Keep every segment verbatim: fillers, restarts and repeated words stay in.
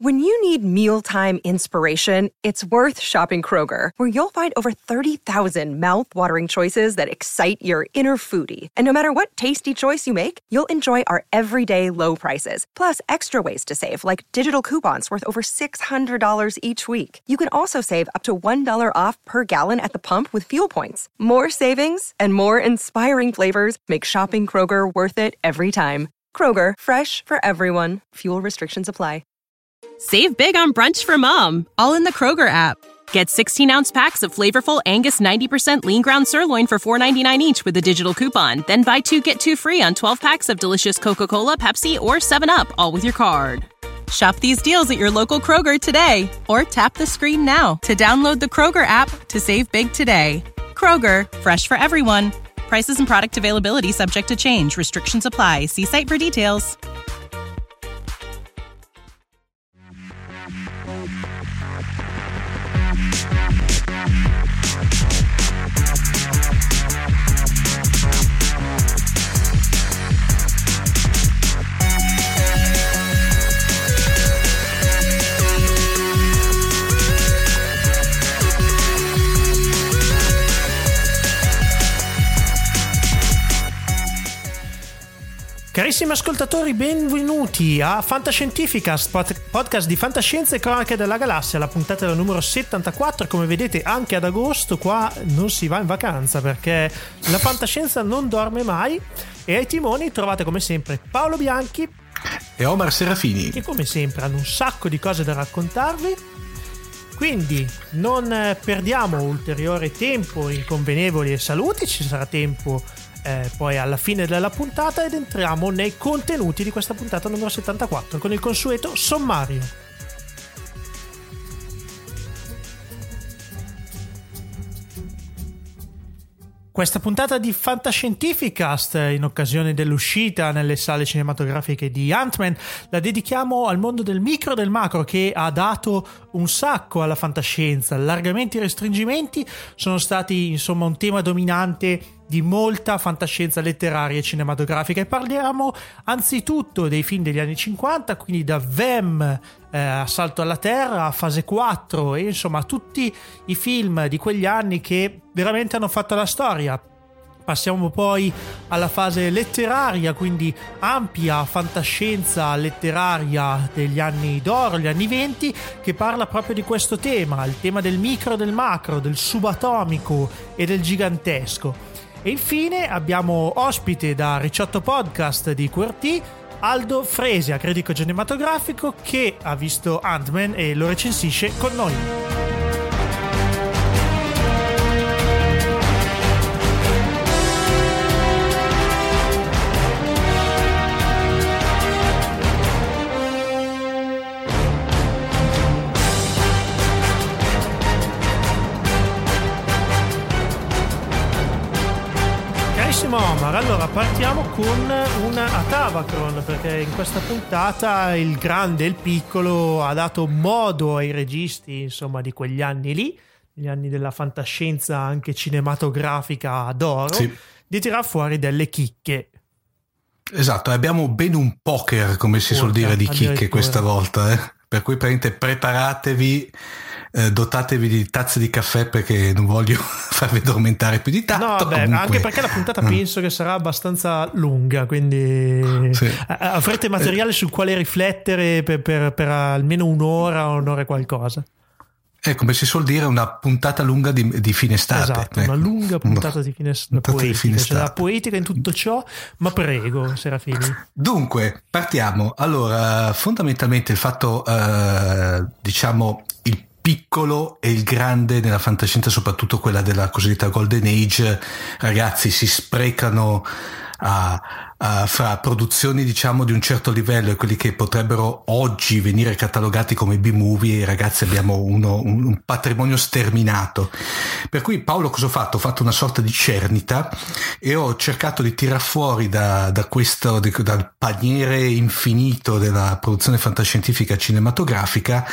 When you need mealtime inspiration, it's worth shopping Kroger, where you'll find over thirty thousand mouth-watering choices that excite your inner foodie. And no matter what tasty choice you make, you'll enjoy our everyday low prices, plus extra ways to save, like digital coupons worth over six hundred dollars each week. You can also save up to one dollar off per gallon at the pump with fuel points. More savings and more inspiring flavors make shopping Kroger worth it every time. Kroger, fresh for everyone. Fuel restrictions apply. Save big on brunch for mom, all in the Kroger app. Get sixteen-ounce packs of flavorful Angus ninety percent lean ground sirloin for four ninety-nine each with a digital coupon. Then buy two, get two free on twelve packs of delicious Coca-Cola, Pepsi, or seven up, all with your card. Shop these deals at your local Kroger today, or tap the screen now to download the Kroger app to save big today. Kroger, fresh for everyone. Prices and product availability subject to change. Restrictions apply. See site for details. Carissimi ascoltatori, benvenuti a Fantascientificast, podcast di fantascienza e cronache della galassia, la puntata del numero settantaquattro. Come vedete, anche ad agosto qua non si va in vacanza perché la fantascienza non dorme mai, e ai timoni trovate come sempre Paolo Bianchi e Omar Serafini, che come sempre hanno un sacco di cose da raccontarvi. Quindi non perdiamo ulteriore tempo in convenevoli e saluti, ci sarà tempo Eh, poi alla fine della puntata, ed entriamo nei contenuti di questa puntata numero settantaquattro con il consueto sommario. Questa puntata di Fantascientificast, in occasione dell'uscita nelle sale cinematografiche di Ant-Man, la dedichiamo al mondo del micro e del macro, che ha dato un sacco alla fantascienza. Allargamenti e restringimenti sono stati insomma un tema dominante di molta fantascienza letteraria e cinematografica, e parliamo anzitutto dei film degli anni cinquanta, quindi da Vem, eh, Assalto alla Terra, Fase quattro, e insomma tutti i film di quegli anni che veramente hanno fatto la storia. Passiamo poi alla fase letteraria, quindi ampia fantascienza letteraria degli anni d'oro, gli anni venti, che parla proprio di questo tema, il tema del micro e del macro, del subatomico e del gigantesco. E infine abbiamo ospite da Ricciotto Podcast di Q R T Aldo Fresia, critico cinematografico, che ha visto Ant-Man e lo recensisce con noi. Omar, allora partiamo con una Atavacron, perché in questa puntata il grande e il piccolo ha dato modo ai registi insomma di quegli anni lì, gli anni della fantascienza anche cinematografica d'oro, sì, di tirar fuori delle chicche. Esatto, abbiamo ben un poker, come si Porca, suol dire, di chicche questa volta, eh? Per cui preparatevi, eh, dotatevi di tazze di caffè, perché non voglio farvi addormentare più di tanto. No, vabbè, comunque, anche perché la puntata mm. penso che sarà abbastanza lunga, quindi sì, avrete materiale eh. sul quale riflettere per, per, per almeno un'ora o un'ora e qualcosa. È come si suol dire, una puntata lunga di, di fine estate. Esatto, ecco, una lunga puntata di fine, puntata poetica, di fine estate. C'è la poetica in tutto ciò, ma prego, Serafini. Dunque, partiamo. Allora, fondamentalmente il fatto, eh, diciamo, il piccolo e il grande nella fantascienza, soprattutto quella della cosiddetta Golden Age, ragazzi, si sprecano a, a, fra produzioni diciamo di un certo livello e quelli che potrebbero oggi venire catalogati come B-movie. Ragazzi, abbiamo uno, un, un patrimonio sterminato, per cui Paolo cosa ho fatto? Ho fatto una sorta di cernita e ho cercato di tirar fuori da, da questo di, dal paniere infinito della produzione fantascientifica cinematografica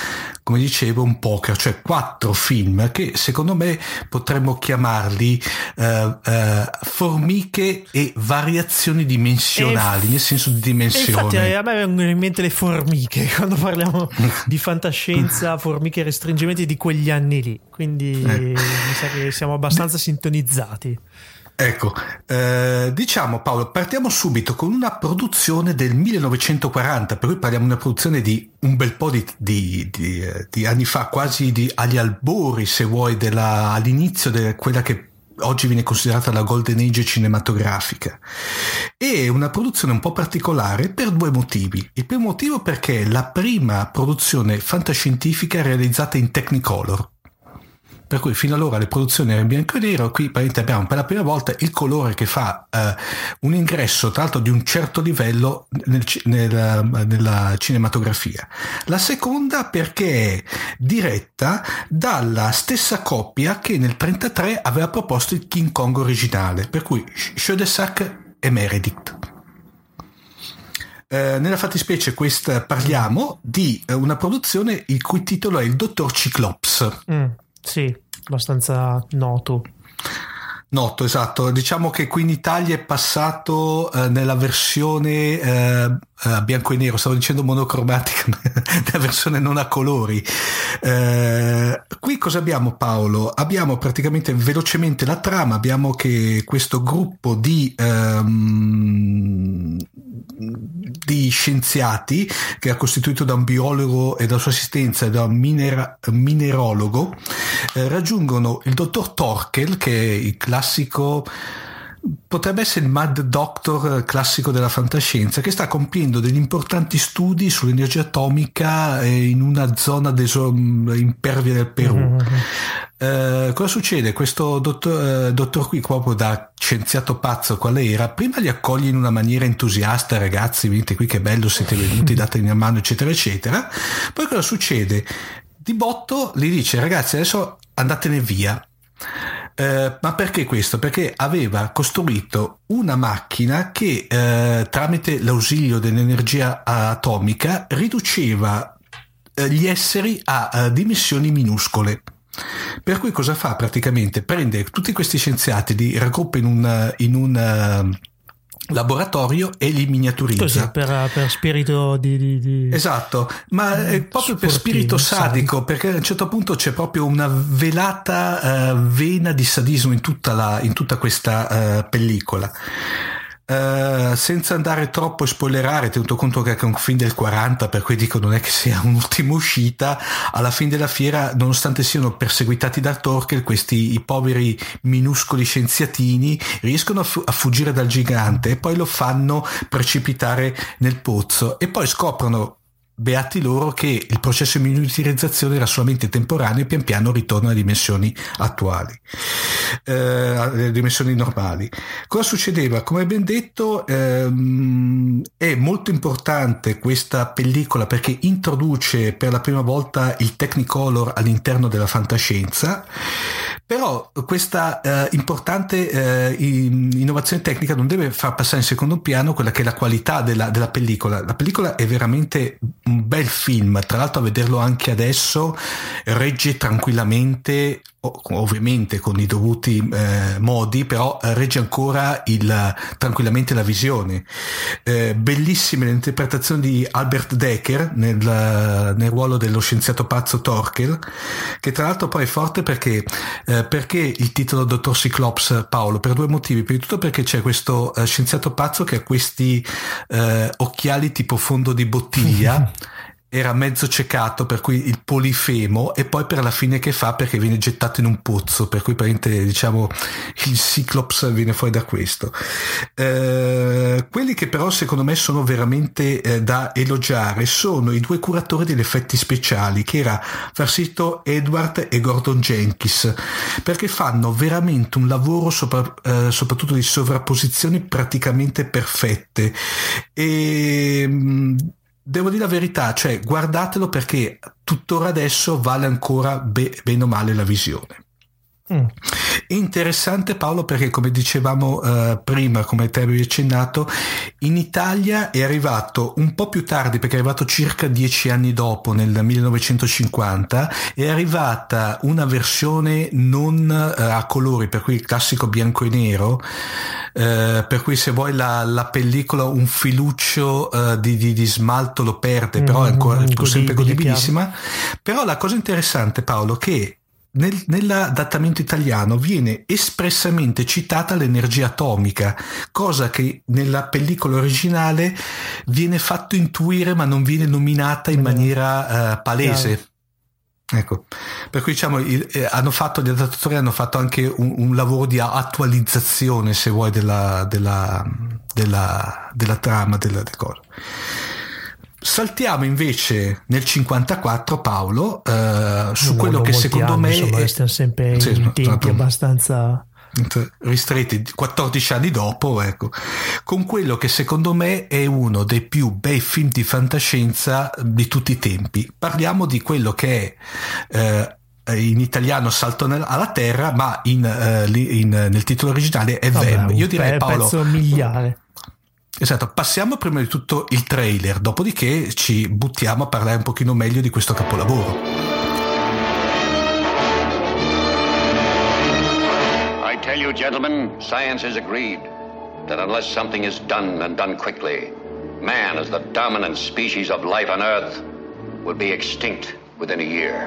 come dicevo, un poker, cioè quattro film che secondo me potremmo chiamarli eh, eh, formiche e variazioni dimensionali, e, nel senso di dimensione. Infatti a me vengono in mente le formiche quando parliamo di fantascienza, formiche e restringimenti di quegli anni lì, quindi eh. mi sa che siamo abbastanza sintonizzati. Ecco, eh, diciamo Paolo, partiamo subito con una produzione del millenovecentoquaranta, per cui parliamo di una produzione di un bel po' di, di, di, di anni fa, quasi di, agli albori, se vuoi, della, all'inizio di quella che oggi viene considerata la Golden Age cinematografica. È una produzione un po' particolare per due motivi. Il primo motivo perché è la prima produzione fantascientifica realizzata in Technicolor. Per cui fino allora le produzioni erano in bianco e nero, qui abbiamo per la prima volta il colore che fa eh, un ingresso tra l'altro di un certo livello nel, nel, nella cinematografia. La seconda perché è diretta dalla stessa coppia che nel trentatré aveva proposto il King Kong originale, per cui Schoedsack e Meredith. Eh, nella fattispecie questa parliamo di una produzione il cui titolo è Il Dottor Cyclops. Mm. Sì, abbastanza noto. Noto, esatto. Diciamo che qui in Italia è passato eh, nella versione eh, a bianco e nero, stavo dicendo monocromatica, nella versione non a colori. Eh, qui cosa abbiamo, Paolo? Abbiamo praticamente velocemente la trama, abbiamo che questo gruppo di ehm, di scienziati che è costituito da un biologo e dalla sua assistenza e da un minera, minerologo eh, raggiungono il dottor Torkel, che è il classico, potrebbe essere il Mad Doctor classico della fantascienza, che sta compiendo degli importanti studi sull'energia atomica in una zona impervia del Perù. Mm-hmm. Eh, cosa succede? Questo dottor, eh, dottor qui, proprio da scienziato pazzo quale era, prima li accoglie in una maniera entusiasta: ragazzi, venite qui, che bello, siete venuti, datemi una mano, eccetera eccetera. Poi cosa succede? Di botto gli dice: ragazzi, adesso andatene via. Eh, ma perché questo? Perché aveva costruito una macchina che eh, tramite l'ausilio dell'energia atomica riduceva eh, gli esseri a, a dimensioni minuscole. Per cui cosa fa praticamente? Prende tutti questi scienziati, li raggruppa in un, in un uh, laboratorio e li miniaturizza. Così, per, per spirito di, di, di... Esatto, ma è proprio per spirito sadico, sadico, perché a un certo punto c'è proprio una velata uh, vena di sadismo in tutta, la, in tutta questa uh, pellicola. Uh, senza andare troppo a spoilerare, tenuto conto che è un film del quaranta, per cui dico non è che sia un'ultima uscita, alla fine della fiera, nonostante siano perseguitati da Torkel, questi i poveri minuscoli scienziatini riescono a, fu- a fuggire dal gigante e poi lo fanno precipitare nel pozzo e poi scoprono, beati loro, che il processo di miniaturizzazione era solamente temporaneo e pian piano ritorna alle dimensioni attuali, eh, alle dimensioni normali. Cosa succedeva? Come ben detto, ehm, è molto importante questa pellicola perché introduce per la prima volta il Technicolor all'interno della fantascienza, però questa eh, importante eh, innovazione tecnica non deve far passare in secondo piano quella che è la qualità della, della pellicola. La pellicola è veramente un bel film, tra l'altro a vederlo anche adesso regge tranquillamente, ovviamente con i dovuti eh, modi, però regge ancora il, tranquillamente la visione. Eh, bellissime le interpretazioni di Albert Dekker nel, nel ruolo dello scienziato pazzo Torkel, che tra l'altro poi è forte perché eh, perché il titolo Dottor Cyclops, Paolo? Per due motivi. Prima di tutto perché c'è questo eh, scienziato pazzo che ha questi eh, occhiali tipo fondo di bottiglia era mezzo ciecato, per cui il polifemo, e poi per la fine che fa perché viene gettato in un pozzo, per cui diciamo il Cyclops viene fuori da questo. Eh, quelli che però secondo me sono veramente eh, da elogiare sono i due curatori degli effetti speciali, che era Farsito Edward e Gordon Jenkins, perché fanno veramente un lavoro sopra, eh, soprattutto di sovrapposizioni praticamente perfette. E mh, devo dire la verità, cioè guardatelo perché tuttora adesso vale ancora be- bene o male la visione. Mm. Interessante, Paolo, perché come dicevamo uh, prima, come te avevi accennato, in Italia è arrivato un po' più tardi, perché è arrivato circa dieci anni dopo, nel millenovecentocinquanta, è arrivata una versione non uh, a colori, per cui il classico bianco e nero, uh, per cui se vuoi la, la pellicola un filuccio uh, di, di, di smalto lo perde, mm, però è ancora mm, sempre godibilissima. Chiaro. Però la cosa interessante, Paolo, che Nel, nell'adattamento italiano viene espressamente citata l'energia atomica, cosa che nella pellicola originale viene fatto intuire ma non viene nominata in maniera uh, palese. Ecco, per cui diciamo il, eh, hanno fatto gli adattatori hanno fatto anche un, un lavoro di attualizzazione, se vuoi, della della della, della trama della, della cosa. Saltiamo invece nel cinquantaquattro, Paolo, eh, su quello non che secondo anni, me insomma, è, stiamo sempre sì, in tempi abbastanza ristretti, quattordici anni dopo, ecco, con quello che secondo me è uno dei più bei film di fantascienza di tutti i tempi. Parliamo di quello che è eh, in italiano Salto alla Terra, ma in, uh, in, nel titolo originale è Vabbè, Them. Io direi, pe- Paolo, pezzo miliare. Esatto, passiamo prima di tutto il trailer, dopodiché ci buttiamo a parlare un pochino meglio di questo capolavoro. I tell you, gentlemen, science has agreed that unless something is done and done quickly, man as the dominant species of life on Earth will be extinct within a year.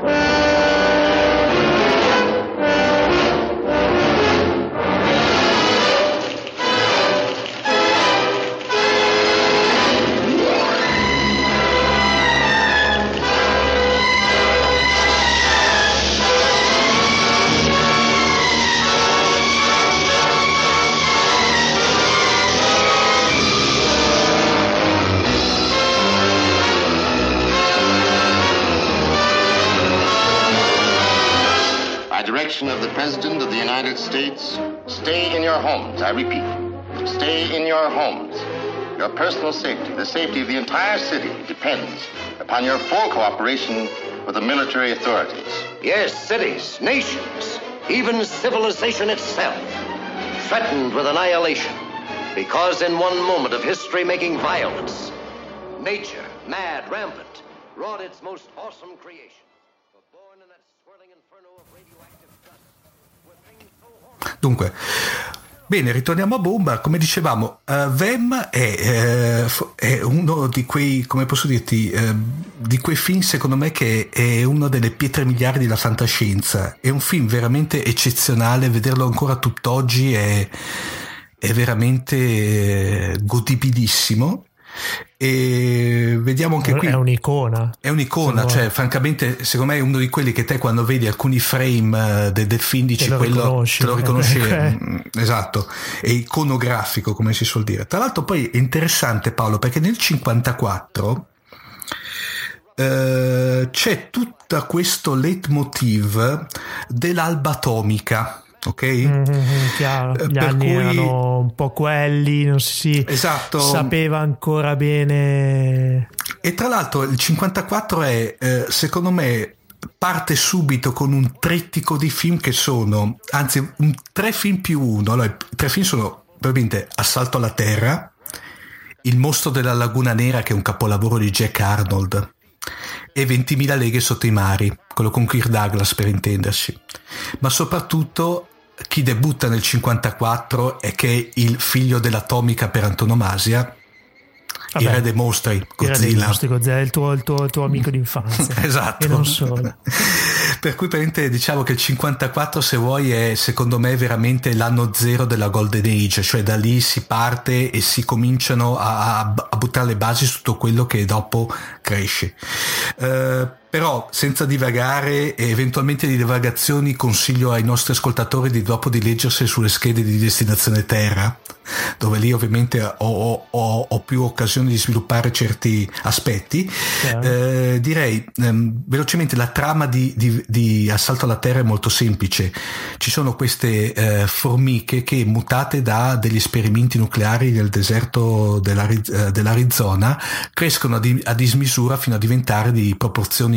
Of the President of the United States, stay in your homes. I repeat, stay in your homes. Your personal safety, the safety of the entire city, depends upon your full cooperation with the military authorities. Yes, cities, nations, even civilization itself, threatened with annihilation, because in one moment of history-making violence, nature, mad, rampant, wrought its most awesome creation. Dunque, bene, ritorniamo a bomba. Come dicevamo, uh, Them è, uh, è uno di quei, come posso dirti, uh, di quei film, secondo me, che è una delle pietre miliari della fantascienza. È un film veramente eccezionale, vederlo ancora tutt'oggi è, è veramente godibilissimo. E vediamo anche qui è un'icona è un'icona cioè francamente secondo me è uno di quelli che te quando vedi alcuni frame del, del film dici te quello riconosci, te lo riconosci eh. Esatto, è iconografico, come si suol dire. Tra l'altro poi è interessante, Paolo, perché nel cinquantaquattro eh, c'è tutto questo leitmotiv dell'alba atomica. Ok, mm-hmm, chiaro. Gli per anni cui... erano un po' quelli, non si esatto. sapeva ancora bene. E tra l'altro il cinquantaquattro è eh, secondo me parte subito con un trittico di film che sono, anzi un tre film più uno. Allora, i tre film sono probabilmente Assalto alla Terra, Il mostro della Laguna Nera, che è un capolavoro di Jack Arnold, e ventimila leghe sotto i mari, quello con Kirk Douglas per intenderci. Ma soprattutto chi debutta nel cinquantaquattro e che è il figlio dell'atomica per antonomasia, Vabbè, il re dei mostri, Godzilla. Mostri, Godzilla, il tuo, il tuo, il tuo amico d'infanzia. Esatto. E non solo. Per cui praticamente diciamo che il cinquantaquattro, se vuoi, è secondo me veramente l'anno zero della Golden Age, cioè da lì si parte e si cominciano a, a, a buttare le basi su tutto quello che dopo cresce. Uh, però senza divagare, e eventualmente di divagazioni consiglio ai nostri ascoltatori di dopo di leggersi sulle schede di Destinazione Terra, dove lì ovviamente ho, ho, ho, ho più occasione di sviluppare certi aspetti. Yeah. Eh, direi ehm, velocemente la trama di, di, di Assalto alla Terra è molto semplice. Ci sono queste eh, formiche che, mutate da degli esperimenti nucleari nel deserto dell'Ari- dell'Arizona, crescono a, di, a dismisura fino a diventare di proporzioni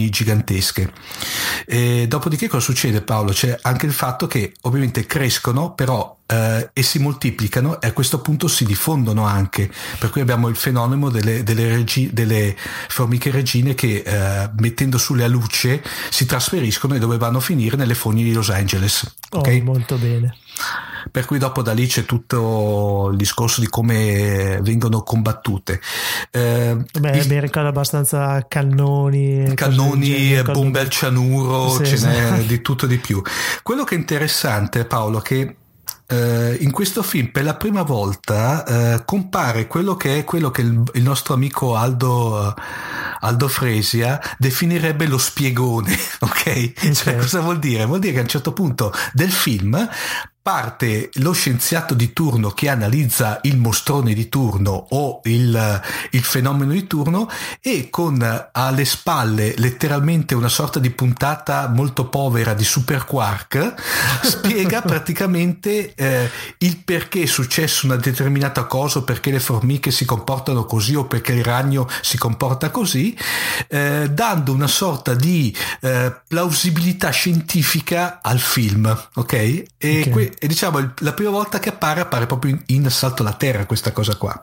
dimensioni gigantesche. E dopodiché cosa succede, Paolo? C'è anche il fatto che ovviamente crescono, però eh, e si moltiplicano, e a questo punto si diffondono anche, per cui abbiamo il fenomeno delle, delle, regi, delle formiche regine che eh, mettendo sulle a luce si trasferiscono, e dove vanno a finire? Nelle fogne di Los Angeles. Oh, okay? Molto bene. Per cui dopo da lì c'è tutto il discorso di come vengono combattute. Eh, Beh, il... mi ricordo abbastanza cannoni, cannoni, bombe al cianuro, sì, ce sì. n'è di tutto di più. Quello che è interessante, Paolo, che Uh, in questo film per la prima volta uh, compare quello che è quello che il, il nostro amico Aldo uh, Aldo Fresia definirebbe lo spiegone, ok? Okay. Cioè, cosa vuol dire? Vuol dire che a un certo punto del film parte lo scienziato di turno che analizza il mostrone di turno o il, il fenomeno di turno, e con alle spalle letteralmente una sorta di puntata molto povera di Super Quark spiega praticamente eh, il perché è successo una determinata cosa, o perché le formiche si comportano così, o perché il ragno si comporta così, eh, dando una sorta di eh, plausibilità scientifica al film, ok? E okay. Que- E diciamo la prima volta che appare appare proprio in, in Assalto alla Terra, questa cosa qua.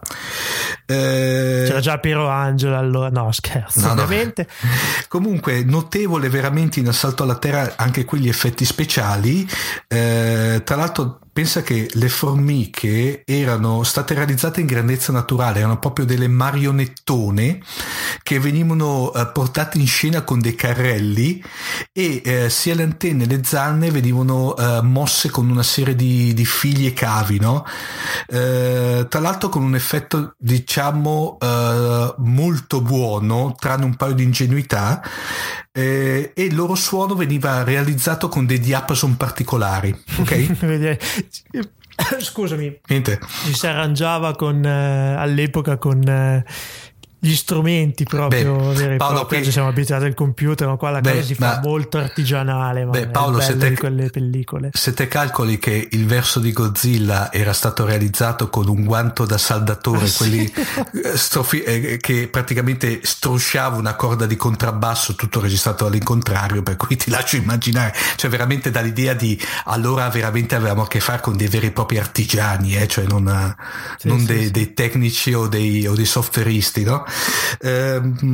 Eh, c'era già Piero Angela, allora no scherzo, no, ovviamente no. Comunque notevole veramente in Assalto alla Terra anche quegli effetti speciali. Eh, tra l'altro pensa che le formiche erano state realizzate in grandezza naturale, erano proprio delle marionettone che venivano eh, portate in scena con dei carrelli, e eh, sia le antenne, le zanne venivano eh, mosse con una serie di, di fili e cavi, no? Eh, tra l'altro con un effetto diciamo eh, molto buono, tranne un paio di ingenuità, eh, e il loro suono veniva realizzato con dei diapason particolari, ok? Scusami, niente, ci si arrangiava con eh, all'epoca con eh, gli strumenti proprio beh, veri Paolo, propri. qui... Ci siamo abituati al computer, ma qua la cosa beh, si ma... fa molto artigianale, ma beh, Paolo, è se bello te... di quelle pellicole. Se te calcoli che il verso di Godzilla era stato realizzato con un guanto da saldatore, ah, quelli sì? strofi... eh, che praticamente strusciava una corda di contrabbasso, tutto registrato all'incontrario, per cui ti lascio immaginare, cioè veramente dall'idea di allora veramente avevamo a che fare con dei veri e propri artigiani, eh? Cioè non, sì, non sì, dei, sì. dei tecnici o dei, o dei softwareisti, no? Eh,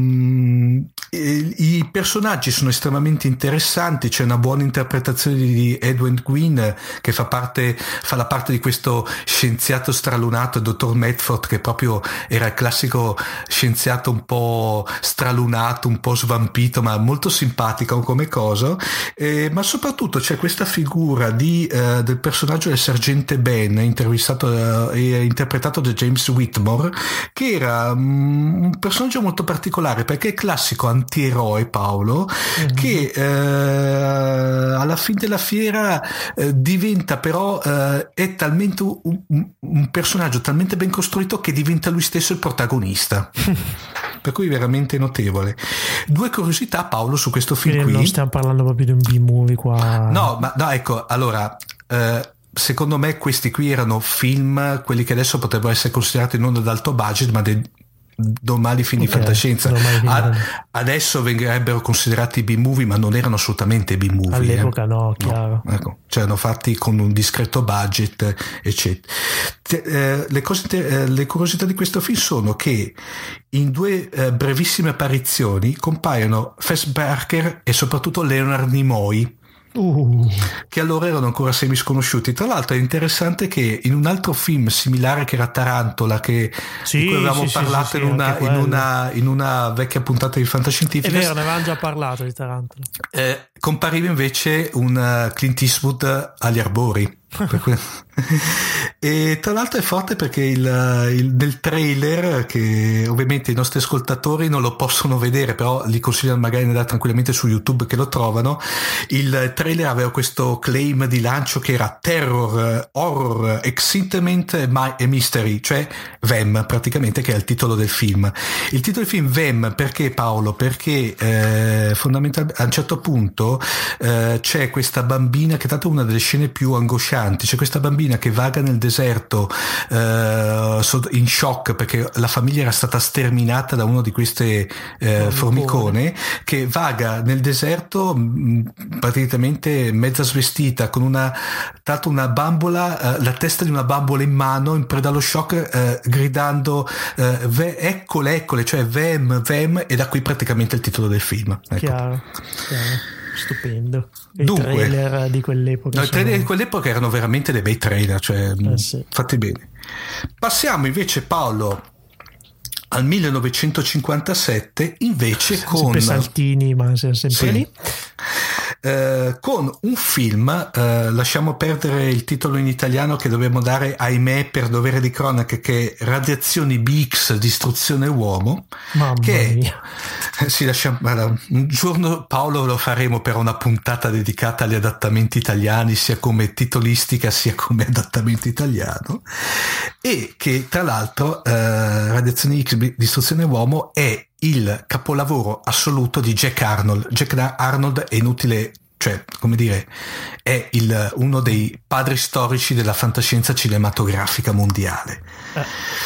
i personaggi sono estremamente interessanti, c'è una buona interpretazione di Edwin Gwynn che fa parte fa la parte di questo scienziato stralunato, il dottor Medford, che proprio era il classico scienziato un po' stralunato, un po' svampito, ma molto simpatico come cosa, eh, ma soprattutto c'è questa figura di, eh, del personaggio del sergente Ben, intervistato e eh, interpretato da James Whitmore, che era um, un personaggio molto particolare, perché è il classico antieroe, Paolo, mm-hmm. che eh, alla fine della fiera eh, diventa però eh, è talmente un, un personaggio talmente ben costruito che diventa lui stesso il protagonista. Per cui veramente notevole. Due curiosità, Paolo, su questo film. Quindi qui non stiamo parlando proprio di un B-movie qua. No, ma no, ecco, allora eh, secondo me questi qui erano film, quelli che adesso potrebbero essere considerati non ad alto budget, ma dei normali film okay, di fantascienza. A- adesso vengerebbero considerati B-movie, ma non erano assolutamente B-movie. All'epoca eh. no, chiaro. No, ecco, cioè erano fatti con un discreto budget, eccetera. Te, eh, le, cose, eh, le curiosità di questo film sono che in due eh, brevissime apparizioni compaiono Fassbender e soprattutto Leonard Nimoy. Uh. Che allora erano ancora semi sconosciuti. Tra l'altro è interessante che in un altro film similare, che era Tarantola, che sì, di cui avevamo sì, parlato sì, in, sì, una, in, una, in una vecchia puntata di Fantascientifica, è vero, ne avevamo già parlato di Tarantola. eh, compariva invece un uh, Clint Eastwood agli arbori. E tra l'altro è forte perché il, il, nel trailer, che ovviamente i nostri ascoltatori non lo possono vedere, però li consigliano magari di andare tranquillamente su YouTube che lo trovano, il trailer aveva questo claim di lancio che era Terror, Horror, Excitement e Mystery, cioè V E M praticamente, che è il titolo del film. Il titolo del film V E M perché, Paolo? Perché eh, fondamentalmente a un certo punto eh, c'è questa bambina che è stata una delle scene più angoscianti importanti. C'è questa bambina che vaga nel deserto eh, in shock perché la famiglia era stata sterminata da uno di queste eh, formicone, che vaga nel deserto mh, praticamente mezza svestita con una tanto una bambola, eh, la testa di una bambola in mano, in preda allo shock, eh, gridando eh, ve, eccole eccole, cioè Vem Vem, e da qui praticamente il titolo del film. Ecco. Chiaro, chiaro. Stupendo. I Dunque, trailer di quell'epoca. No, i trailer sono... di quell'epoca erano veramente dei bei trailer, cioè eh sì. fatti bene. Passiamo invece, Paolo, al millenovecentocinquantasette, invece con sempre saltini, ma siamo sempre sì. lì. Eh, con un film, eh, lasciamo perdere il titolo in italiano che dobbiamo dare, ahimè, per dovere di cronaca, che è Radiazioni B X, Distruzione Uomo. Mamma che mia. Eh, sì, lasciamo, allora, un giorno, Paolo, lo faremo per una puntata dedicata agli adattamenti italiani, sia come titolistica sia come adattamento italiano, e che tra l'altro eh, Radiazioni X, Distruzione Uomo è il capolavoro assoluto di Jack Arnold. Jack Arnold è inutile, cioè, come dire, è il, uno dei padri storici della fantascienza cinematografica mondiale. Eh.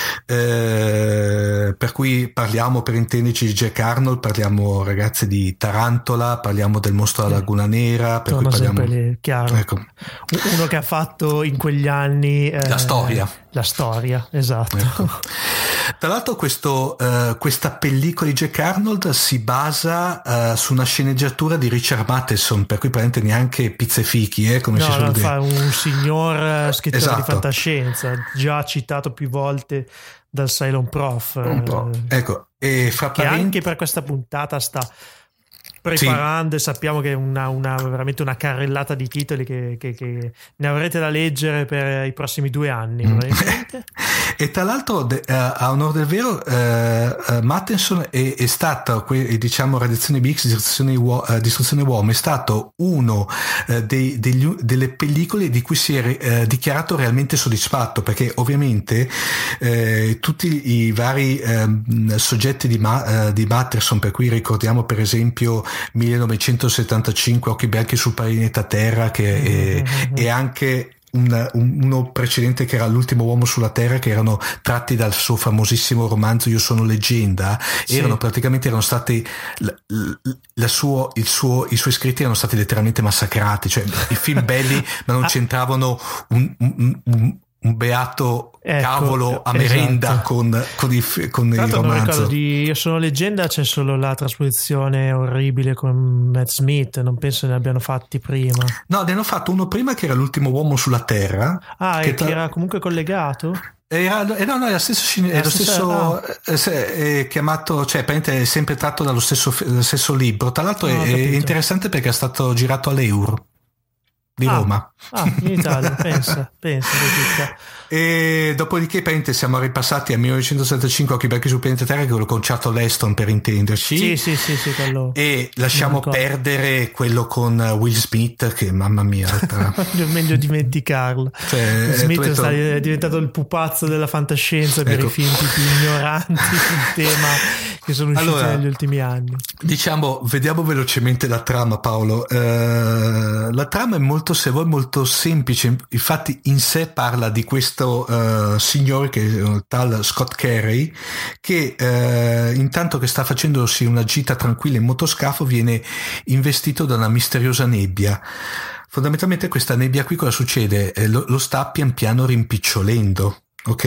Eh, per cui parliamo, per intenderci, di Jack Arnold, parliamo, ragazzi, di Tarantola, parliamo del Mostro della Laguna Nera, per Torno cui parliamo lì, chiaro. Ecco. Uno che ha fatto in quegli anni eh, la storia. La storia, esatto. Ecco. Tra l'altro questo, uh, questa pellicola di Jack Arnold si basa uh, su una sceneggiatura di Richard Matheson, per cui praticamente neanche pizze fichi, eh, come no, si suol no, dire. Fa un signor scrittore esatto. di fantascienza, già citato più volte dal Cylon Prof. Un po'. Eh, ecco, e fra che parenti... anche per questa puntata sta preparando, sì. E sappiamo che è una, una, veramente una carrellata di titoli che, che, che ne avrete da leggere per i prossimi due anni. Mm. E tra l'altro, uh, a onor del vero, uh, uh, Matheson è, è stato, diciamo, Radiazione B X, Distruzione, Uo- uh, Distruzione Uomo, è stato uno uh, dei, degli, delle pellicole di cui si è uh, dichiarato realmente soddisfatto, perché ovviamente uh, tutti i vari uh, soggetti di, Ma- uh, di Matheson, per cui ricordiamo per esempio millenovecentosettantacinque Occhi bianchi sul pianeta Terra, che è, mm-hmm. è anche un, un, uno precedente che era L'ultimo uomo sulla Terra, che erano tratti dal suo famosissimo romanzo Io sono leggenda, sì. erano praticamente erano stati la, la suo, il suo, i suoi scritti erano stati letteralmente massacrati, cioè i film belli ma non c'entravano un, un, un un beato ecco, cavolo a merenda esatto. con, con, i, con il romanzo. Di Io sono leggenda c'è solo la trasposizione orribile con Matt Smith, non penso ne abbiano fatti prima. No, ne hanno fatto uno prima che era L'ultimo uomo sulla Terra. Ah, che, tra... che era comunque collegato? Era, eh no, no, è lo stesso, cine, è lo stesso ah. è chiamato, cioè è sempre tratto dallo stesso, dallo stesso libro. Tra l'altro no, è, è interessante perché è stato girato all'Eur di ah, Roma. Ah, in Italia, pensa, pensa. E dopodiché praticamente siamo ripassati a millenovecentosettantacinque Occhi bianchi sul pianeta Terra, che è quello con Charlton Heston, per intenderci. Sì, sì, sì, sì, quello. E lasciamo perdere quello con Will Smith, che mamma mia, tra... è meglio dimenticarlo. Cioè, Will Smith detto... è diventato il pupazzo della fantascienza per ecco. i film più ignoranti sul tema che sono usciti allora, negli ultimi anni. Diciamo, vediamo velocemente la trama, Paolo. Uh, la trama è molto, se vuoi, molto semplice. Infatti in sé parla di questo uh, signore, che è il tal Scott Carey, che uh, intanto che sta facendosi una gita tranquilla in motoscafo viene investito da una misteriosa nebbia. Fondamentalmente questa nebbia qui cosa succede? Eh, lo, lo sta pian piano rimpicciolendo. Ok,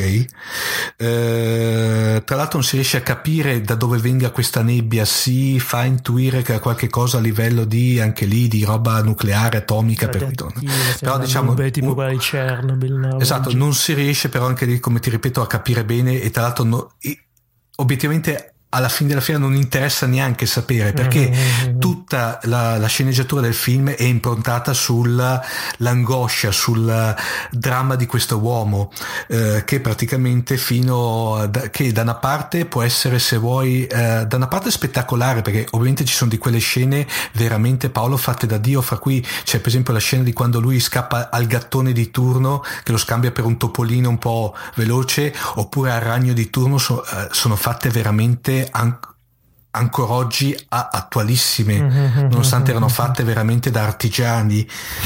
eh, tra l'altro non si riesce a capire da dove venga questa nebbia, si fa intuire che ha qualche cosa a livello di, anche lì, di roba nucleare, atomica, per cui, però diciamo beh, tipo quella di Chernobyl, no? Esatto, non si riesce però anche lì, come ti ripeto, a capire bene, e tra l'altro no, obiettivamente alla fine della fiera non interessa neanche sapere, perché mm-hmm. tutta la, la sceneggiatura del film è improntata sull'angoscia, sul dramma di questo uomo, eh, che praticamente fino a, che da una parte può essere, se vuoi, eh, da una parte spettacolare, perché ovviamente ci sono di quelle scene veramente, Paolo, fatte da Dio, fra cui c'è per esempio la scena di quando lui scappa al gattone di turno, che lo scambia per un topolino un po' veloce, oppure al ragno di turno, so, eh, sono fatte veramente An- ancora oggi a- attualissime, mm-hmm, nonostante erano fatte veramente da artigiani.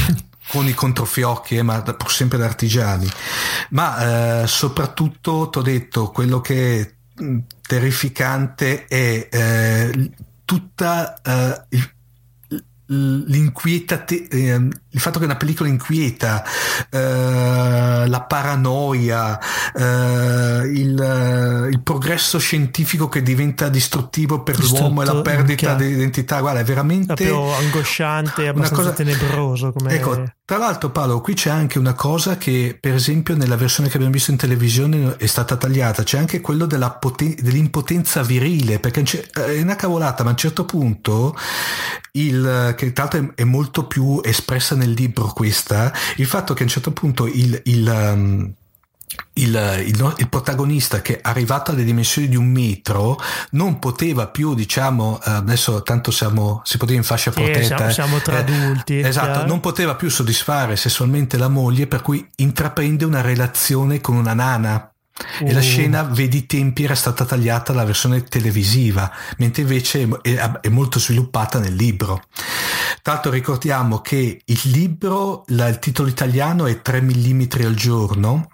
con i controfiocchi, eh, ma pur sempre da artigiani. Ma eh, soprattutto t'ho detto, quello che è terrificante è eh, tutta eh, il l'inquieta te- eh, il fatto che è una pellicola inquieta, eh, la paranoia, eh, il, il progresso scientifico che diventa distruttivo per Distrutto, l'uomo e la perdita minchia. di identità. Guarda, è veramente proprio angosciante, abbastanza cosa tenebroso come... Ecco, tra l'altro Paolo, qui c'è anche una cosa che per esempio nella versione che abbiamo visto in televisione è stata tagliata, c'è anche quello della poten- dell'impotenza virile, perché è una cavolata, ma a un certo punto il, che tra l'altro è molto più espressa nel libro questa, il fatto che a un certo punto il, il um, Il, il, il protagonista, che arrivato alle dimensioni di un metro non poteva più, diciamo, adesso tanto siamo, si poteva in fascia sì, protetta, siamo, siamo tra adulti, eh, esatto, chiaro. Non poteva più soddisfare sessualmente la moglie, per cui intraprende una relazione con una nana. Uh. E la scena, vedi i tempi, era stata tagliata la versione televisiva, mentre invece è, è molto sviluppata nel libro. Tra l'altro ricordiamo che il libro, la, il titolo italiano è tre millimetri al giorno.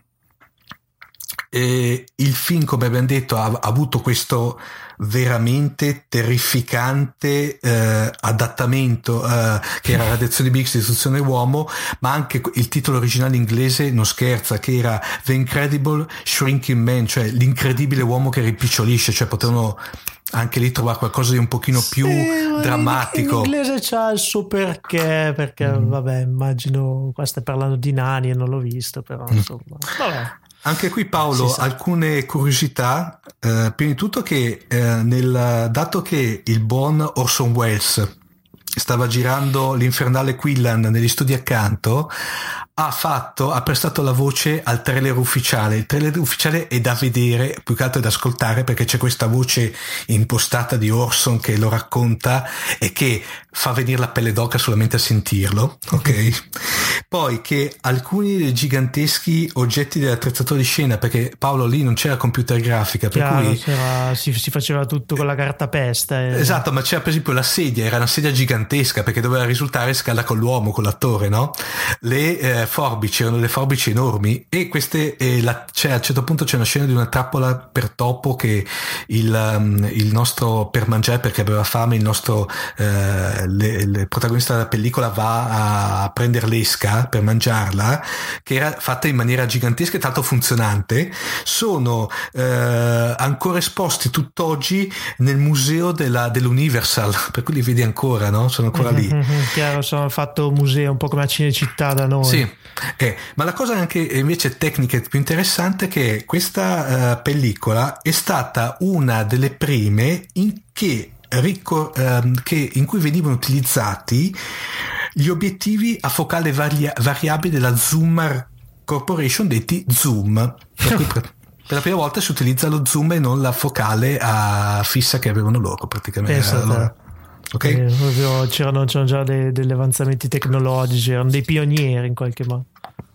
E il film, come abbiamo detto, ha, ha avuto questo veramente terrificante eh, adattamento eh, che era Radiazione B X, Distruzione Uomo, ma anche il titolo originale inglese non scherza, che era The Incredible Shrinking Man, cioè l'incredibile uomo che rimpicciolisce, cioè potevano anche lì trovare qualcosa di un pochino più sì, drammatico. In inglese c'ha il suo perché, perché mm. vabbè, immagino, qua stai parlando di nani e non l'ho visto, però mm. insomma, vabbè. Anche qui Paolo, alcune curiosità, eh, prima di tutto che eh, nel, dato che il buon Orson Welles stava girando l'Infernale Quinlan negli studi accanto, ha fatto, ha prestato la voce al trailer ufficiale. Il trailer ufficiale è da vedere, più che altro è da ascoltare, perché c'è questa voce impostata di Orson che lo racconta e che fa venire la pelle d'oca solamente a sentirlo, ok? Poi che alcuni dei giganteschi oggetti dell'attrezzatura di scena, perché Paolo lì non c'era computer grafica, per Chiaro, cui c'era, si, si faceva tutto con la cartapesta. E... Esatto, ma c'era per esempio la sedia, era una sedia gigantesca perché doveva risultare scala con l'uomo, con l'attore, no? Le eh, forbici erano delle forbici enormi, e queste eh, la, c'è, a un certo punto c'è una scena di una trappola per topo che il, um, il nostro, per mangiare perché aveva fame, il nostro eh, le, le protagonista della pellicola va a prendere l'esca per mangiarla, che era fatta in maniera gigantesca e tanto funzionante. Sono eh, ancora esposti tutt'oggi nel museo della, dell'Universal, per cui li vedi ancora, no? Sono ancora lì. Chiaro, sono fatto museo un po' come a Cinecittà da noi. Sì, eh, ma la cosa anche invece tecnica più interessante è che questa uh, pellicola è stata una delle prime in che, ricor- uh, che in cui venivano utilizzati gli obiettivi a focale varia- variabile della Zoom Corporation, detti zoom, per cui per, per la prima volta si utilizza lo zoom e non la focale a fissa che avevano loro praticamente. Allora, okay? Eh, proprio c'erano, c'erano già dei, degli avanzamenti tecnologici, erano dei pionieri in qualche modo.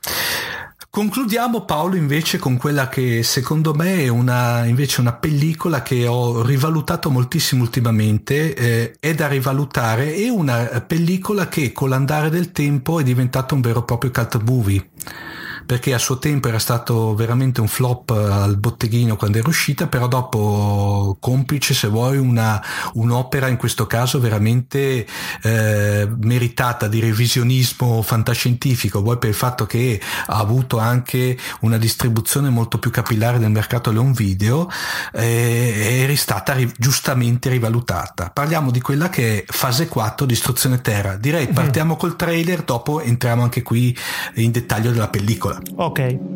Concludiamo Paolo invece con quella che secondo me è una, invece una pellicola che ho rivalutato moltissimo ultimamente, eh, è da rivalutare, è una pellicola che con l'andare del tempo è diventata un vero e proprio cult movie, perché a suo tempo era stato veramente un flop al botteghino quando era uscita, però dopo complice, se vuoi, una un'opera in questo caso veramente eh, meritata di revisionismo fantascientifico, vuoi per il fatto che ha avuto anche una distribuzione molto più capillare nel mercato dell'home video, eh, è stata ri- giustamente rivalutata. Parliamo di quella che è Fase quattro, Distruzione Terra. Direi partiamo col trailer, dopo entriamo anche qui in dettaglio della pellicola. Ok.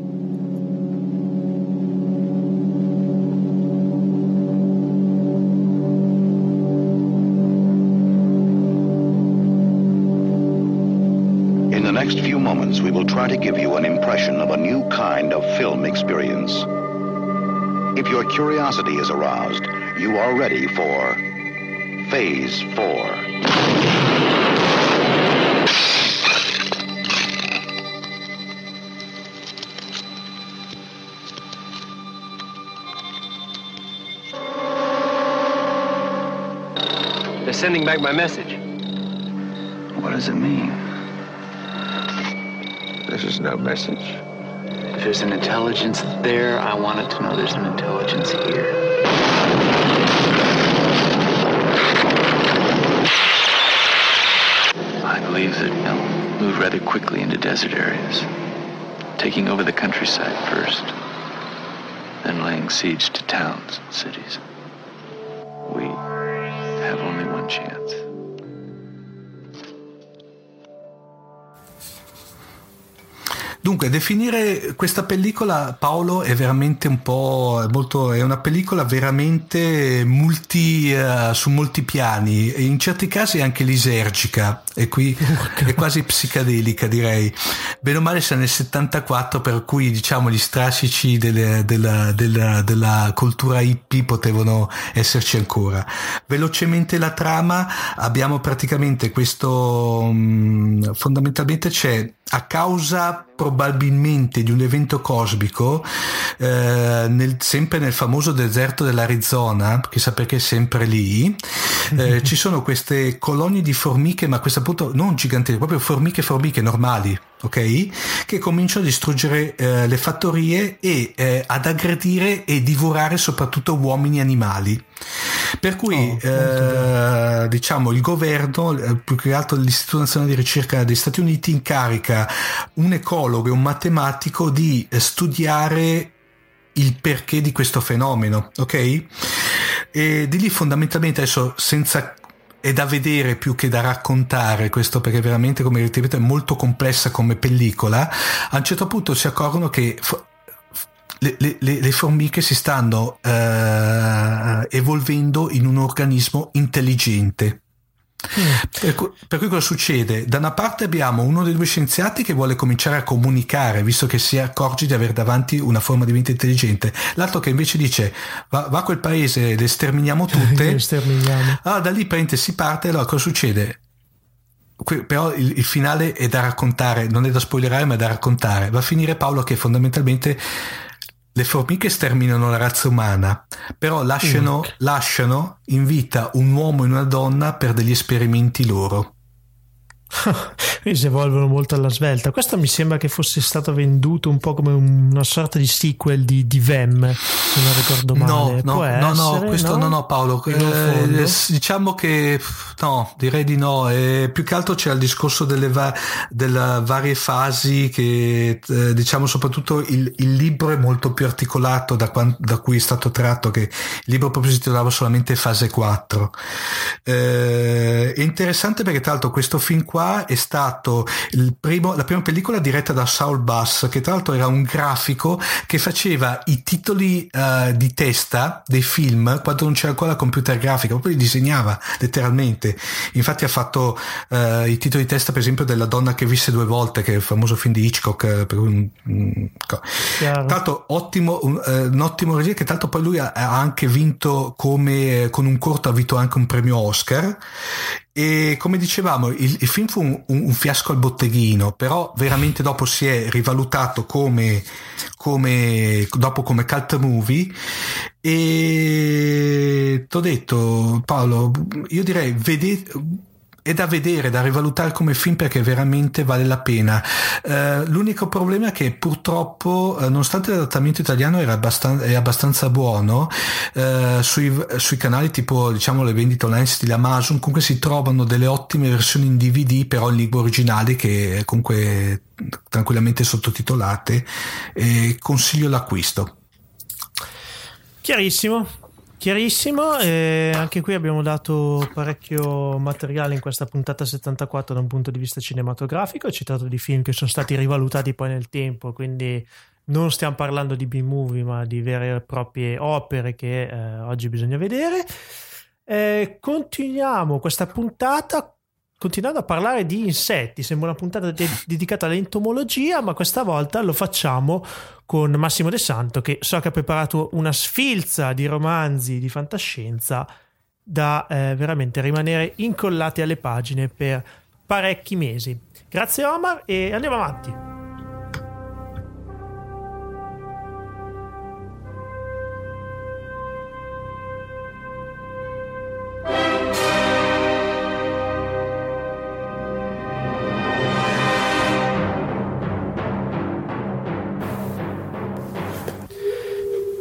In the next few moments, we will try to give you an impression of a new kind of film experience. If your curiosity is aroused, you are ready for Phase four. They're sending back my message. What does it mean? This is no message. If there's an intelligence there, I want it to know there's an intelligence here. I believe that they'll move rather quickly into desert areas, taking over the countryside first, then laying siege to towns and cities. We have only one chance. Dunque, definire questa pellicola, Paolo, è veramente un po' è molto è una pellicola veramente multi uh, su molti piani, e in certi casi anche lisergica, e qui è quasi psicadelica, direi. Bene o male siamo nel settantaquattro, per cui diciamo gli strascici delle, della, della, della cultura hippie potevano esserci ancora. Velocemente la trama: abbiamo praticamente questo um, fondamentalmente c'è, a causa probabilmente di un evento cosmico, eh, nel, sempre nel famoso deserto dell'Arizona, chissà perché è sempre lì, eh, ci sono queste colonie di formiche, ma queste appunto non gigantesche, proprio formiche formiche normali, ok, che cominciano a distruggere eh, le fattorie e eh, ad aggredire e divorare soprattutto uomini e animali. Per cui oh, eh, diciamo il governo, eh, più che altro l'Istituto Nazionale di Ricerca degli Stati Uniti, incarica un ecologo e un matematico di studiare il perché di questo fenomeno, ok? E di lì fondamentalmente, adesso senza è da vedere più che da raccontare questo, perché veramente, come ripeto, è molto complessa come pellicola. A un certo punto si accorgono che le, le, le formiche si stanno uh, evolvendo in un organismo intelligente. Mm. Per, cui, per cui cosa succede? Da una parte abbiamo uno dei due scienziati che vuole cominciare a comunicare, visto che si accorge di avere davanti una forma di vita intelligente, l'altro che invece dice va, va a quel paese, le sterminiamo tutte. le sterminiamo. Allora da lì prende, si parte. Allora cosa succede? Que- però il, il finale è da raccontare, non è da spoilerare ma è da raccontare. Va a finire, Paolo, che fondamentalmente le formiche sterminano la razza umana, però lasciano, mm. lasciano in vita un uomo e una donna per degli esperimenti loro. Quindi si evolvono molto alla svelta. Questo mi sembra che fosse stato venduto un po' come una sorta di sequel di, di Venom, se non ricordo male. No, no, no, no, questo no, no, no Paolo, eh, diciamo che no, direi di no. Eh, più che altro c'era il discorso delle, va- delle varie fasi che eh, diciamo soprattutto il, il libro è molto più articolato da, quant- da cui è stato tratto, che il libro proprio si titolava solamente fase quattro. Eh, è interessante perché tra l'altro questo film qua è stato il primo, la prima pellicola diretta da Saul Bass, che tra l'altro era un grafico che faceva i titoli uh, di testa dei film quando non c'era ancora la computer grafica, proprio li disegnava letteralmente. Infatti ha fatto uh, i titoli di testa per esempio della donna che visse due volte, che è il famoso film di Hitchcock, per un, un, tra l'altro ottimo, un, uh, un ottimo regista, che tra l'altro poi lui ha, ha anche vinto come con un corto, ha vinto anche un premio Oscar. E come dicevamo il, il film fu un, un, un fiasco al botteghino, però veramente dopo si è rivalutato come, come dopo come cult movie. E t'ho detto, Paolo, io direi vedete, è da vedere, da rivalutare come film, perché veramente vale la pena. Uh, l'unico problema è che purtroppo, uh, nonostante l'adattamento italiano era abbastanza, è abbastanza buono, uh, sui, sui canali tipo diciamo le vendite online stile Amazon comunque si trovano delle ottime versioni in D V D, però in lingua originale, che comunque tranquillamente sottotitolate, e consiglio l'acquisto. Chiarissimo. Chiarissimo, e anche qui abbiamo dato parecchio materiale in questa puntata settantaquattro da un punto di vista cinematografico. Ho citato di film che sono stati rivalutati poi nel tempo, quindi non stiamo parlando di B-movie ma di vere e proprie opere che eh, oggi bisogna vedere. Eh, continuiamo questa puntata continuando a parlare di insetti. Sembra una puntata de- dedicata all'entomologia, ma questa volta lo facciamo con Massimo De Santo, che so che ha preparato una sfilza di romanzi di fantascienza da eh, veramente rimanere incollati alle pagine per parecchi mesi. Grazie Omar, e andiamo avanti.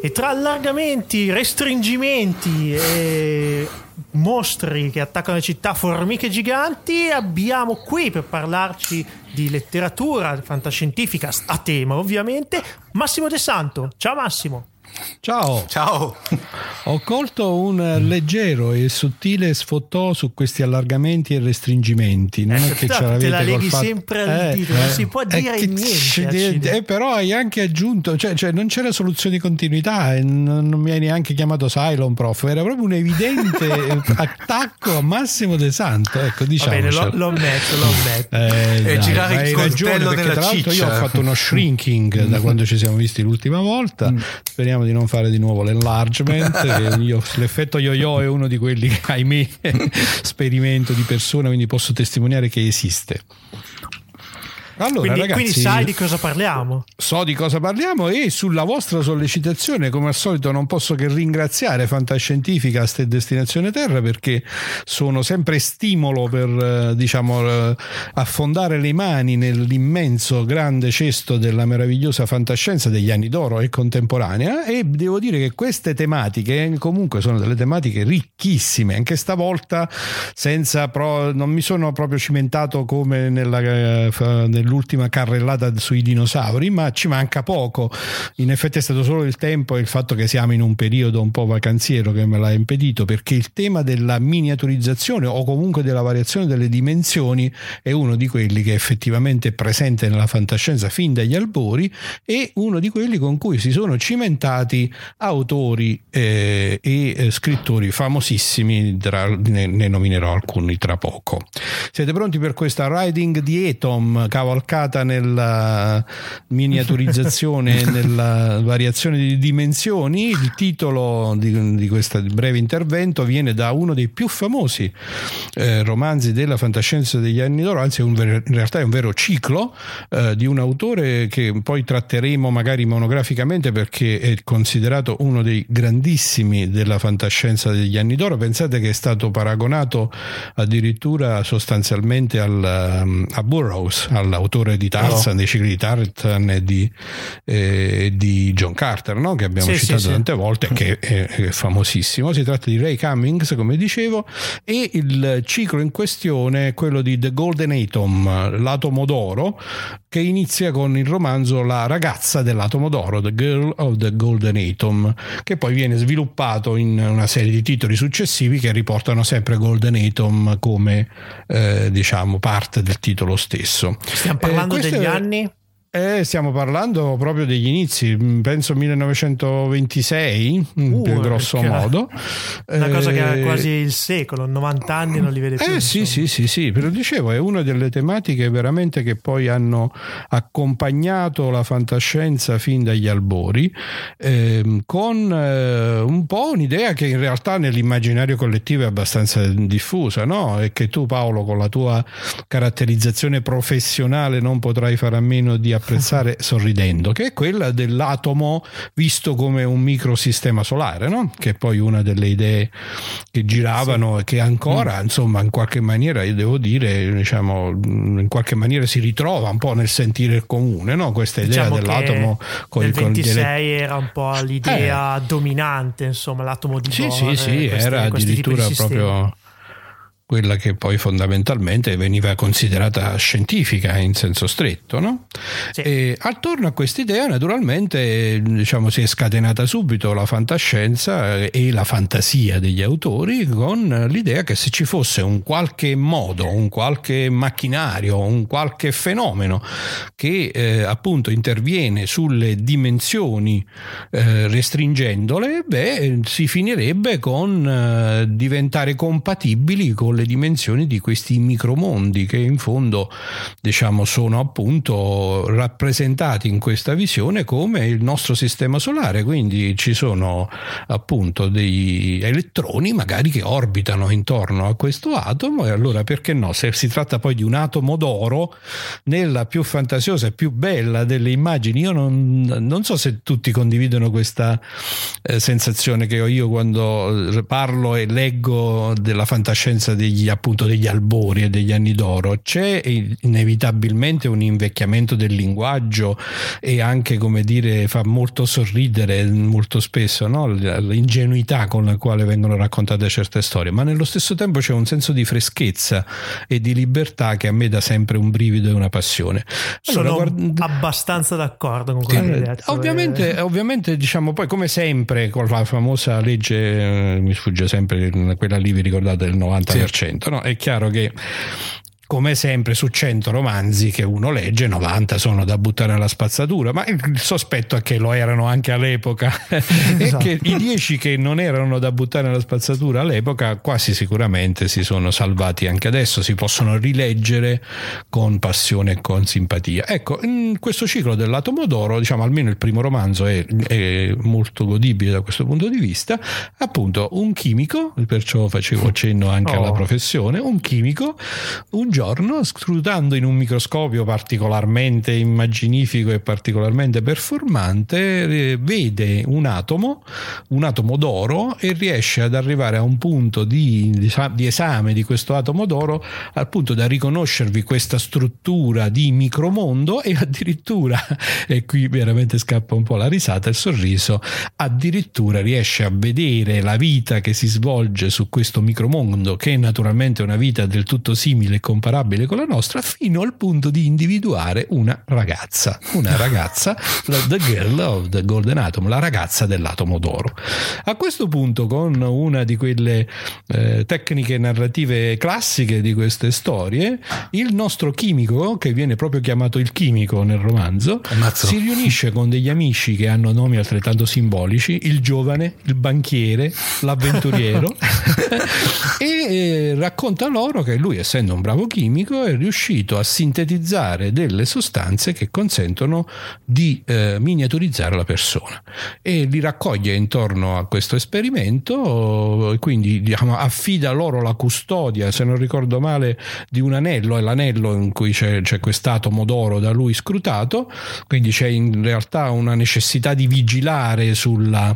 E tra allargamenti, restringimenti e mostri che attaccano le città, formiche giganti, abbiamo qui per parlarci di letteratura fantascientifica a tema ovviamente Massimo De Santo. Ciao Massimo. Ciao. Ciao. Ho colto un leggero e sottile sfottò su questi allargamenti e restringimenti. Non eh, è che ce l'avete te la leghi col fatto... sempre al eh, titolo, non si può eh, dire che niente. Eh, però hai anche aggiunto, cioè, cioè non c'era soluzione di continuità e non, non mi hai neanche chiamato Cylon Prof, era proprio un evidente attacco a Massimo De Santo. Ecco, diciamo. Va bene, lo, lo ammetto, lo ammetto. Eh, e girare il coltello perché della tra l'altro ciccia. io ho fatto uno shrinking da quando ci siamo visti l'ultima volta. Mm. Speriamo di non fare di nuovo l'enlargement. Che io, l'effetto yo-yo è uno di quelli che ahimè sperimento di persona, quindi posso testimoniare che esiste. Allora, quindi, ragazzi, quindi sai di cosa parliamo? So di cosa parliamo e sulla vostra sollecitazione, come al solito, non posso che ringraziare Fantascientificast e Destinazione Terra, perché sono sempre stimolo per, diciamo, affondare le mani nell'immenso grande cesto della meravigliosa fantascienza degli anni d'oro e contemporanea. E devo dire che queste tematiche comunque sono delle tematiche ricchissime. Anche stavolta senza pro, non mi sono proprio cimentato come nella nel l'ultima carrellata sui dinosauri, ma ci manca poco. In effetti è stato solo il tempo e il fatto che siamo in un periodo un po' vacanziero che me l'ha impedito, perché il tema della miniaturizzazione o comunque della variazione delle dimensioni è uno di quelli che effettivamente è presente nella fantascienza fin dagli albori e uno di quelli con cui si sono cimentati autori eh, e eh, scrittori famosissimi, tra, ne, ne nominerò alcuni tra poco. Siete pronti per questa Riding the Atom, cavalcata nella miniaturizzazione e nella variazione di dimensioni? Il titolo di, di questo breve intervento viene da uno dei più famosi eh, romanzi della fantascienza degli anni d'oro, anzi è un ver- in realtà è un vero ciclo eh, di un autore che poi tratteremo magari monograficamente perché è considerato uno dei grandissimi della fantascienza degli anni d'oro. Pensate che è stato paragonato addirittura sostanzialmente al, a Burroughs, all'autore di Tarzan, oh. dei cicli di Tarzan e di, eh, di John Carter, no? Che abbiamo sì, citato sì, tante sì. volte, che è, è famosissimo. Si tratta di Ray Cummings, come dicevo, e il ciclo in questione è quello di The Golden Atom, l'atomo d'oro, che inizia con il romanzo La ragazza dell'atomo d'oro, The Girl of the Golden Atom, che poi viene sviluppato in una serie di titoli successivi che riportano sempre Golden Atom come eh, diciamo parte del titolo stesso. Stiamo parlando eh, degli è... anni? Eh, stiamo parlando proprio degli inizi, penso millenovecentoventisei, uh, per grosso modo. Una eh, cosa che ha quasi il secolo, novanta anni non li vede più. Eh sì, sì, sì, sì, però dicevo, è una delle tematiche veramente che poi hanno accompagnato la fantascienza fin dagli albori, eh, con eh, un po' un'idea che in realtà nell'immaginario collettivo è abbastanza diffusa, no? E che tu, Paolo, con la tua caratterizzazione professionale non potrai fare a meno di apprezzare sorridendo, che è quella dell'atomo visto come un microsistema solare, no? Che è poi una delle idee che giravano sì. e che ancora, mm. insomma, in qualche maniera, io devo dire, diciamo, in qualche maniera si ritrova un po' nel sentire comune, no? Questa idea diciamo dell'atomo con nel ventisei con... era un po' l'idea eh. dominante, insomma, l'atomo di sì, Bohr. Sì, sì, queste, era addirittura proprio quella che poi fondamentalmente veniva considerata scientifica in senso stretto, no? Sì. E attorno a quest'idea naturalmente diciamo si è scatenata subito la fantascienza e la fantasia degli autori, con l'idea che se ci fosse un qualche modo, un qualche macchinario, un qualche fenomeno che eh, appunto interviene sulle dimensioni eh, restringendole, beh, si finirebbe con eh, diventare compatibili con le dimensioni di questi micromondi che in fondo diciamo sono appunto rappresentati in questa visione come il nostro sistema solare. Quindi ci sono appunto degli elettroni magari che orbitano intorno a questo atomo, e allora perché no, se si tratta poi di un atomo d'oro, nella più fantasiosa e più bella delle immagini. Io non, non so se tutti condividono questa eh, sensazione che ho io quando parlo e leggo della fantascienza degli, appunto, degli albori e degli anni d'oro. C'è inevitabilmente un invecchiamento del linguaggio e anche, come dire, fa molto sorridere molto spesso, no? L'ingenuità con la quale vengono raccontate certe storie, ma nello stesso tempo c'è un senso di freschezza e di libertà che a me dà sempre un brivido e una passione. Allora, sono guard... abbastanza d'accordo con quello che hai detto. Ovviamente, ovviamente, diciamo, poi come sempre con la famosa legge, eh, mi sfugge sempre quella lì, vi ricordate, del novanta per cento, sì. No? È chiaro che come sempre su cento romanzi che uno legge, novanta sono da buttare alla spazzatura, ma il sospetto è che lo erano anche all'epoca. Esatto. E che i dieci che non erano da buttare alla spazzatura all'epoca quasi sicuramente si sono salvati anche adesso, si possono rileggere con passione e con simpatia. Ecco, in questo ciclo dell'Atomo d'Oro, diciamo, almeno il primo romanzo è, è molto godibile da questo punto di vista. Appunto, un chimico, perciò facevo cenno anche oh. alla professione, un chimico un giorno, scrutando in un microscopio particolarmente immaginifico e particolarmente performante, vede un atomo, un atomo d'oro, e riesce ad arrivare a un punto di, di esame di questo atomo d'oro al punto da riconoscervi questa struttura di micromondo, e addirittura, e qui veramente scappa un po' la risata, il sorriso, addirittura riesce a vedere la vita che si svolge su questo micromondo, che è naturalmente una vita del tutto simile e comparabile con la nostra, fino al punto di individuare una ragazza, una ragazza, the girl of the golden atom, la ragazza dell'atomo d'oro. A questo punto, con una di quelle eh, tecniche narrative classiche di queste storie, il nostro chimico, che viene proprio chiamato il chimico nel romanzo, Ammazzo. si riunisce con degli amici che hanno nomi altrettanto simbolici: il giovane, il banchiere, l'avventuriero e eh, racconta loro che lui, essendo un bravo chimico, è riuscito a sintetizzare delle sostanze che consentono di eh, miniaturizzare la persona, e li raccoglie intorno a questo esperimento, quindi diciamo affida loro la custodia, se non ricordo male, di un anello, è l'anello in cui c'è, c'è quest'atomo d'oro da lui scrutato, quindi c'è in realtà una necessità di vigilare sulla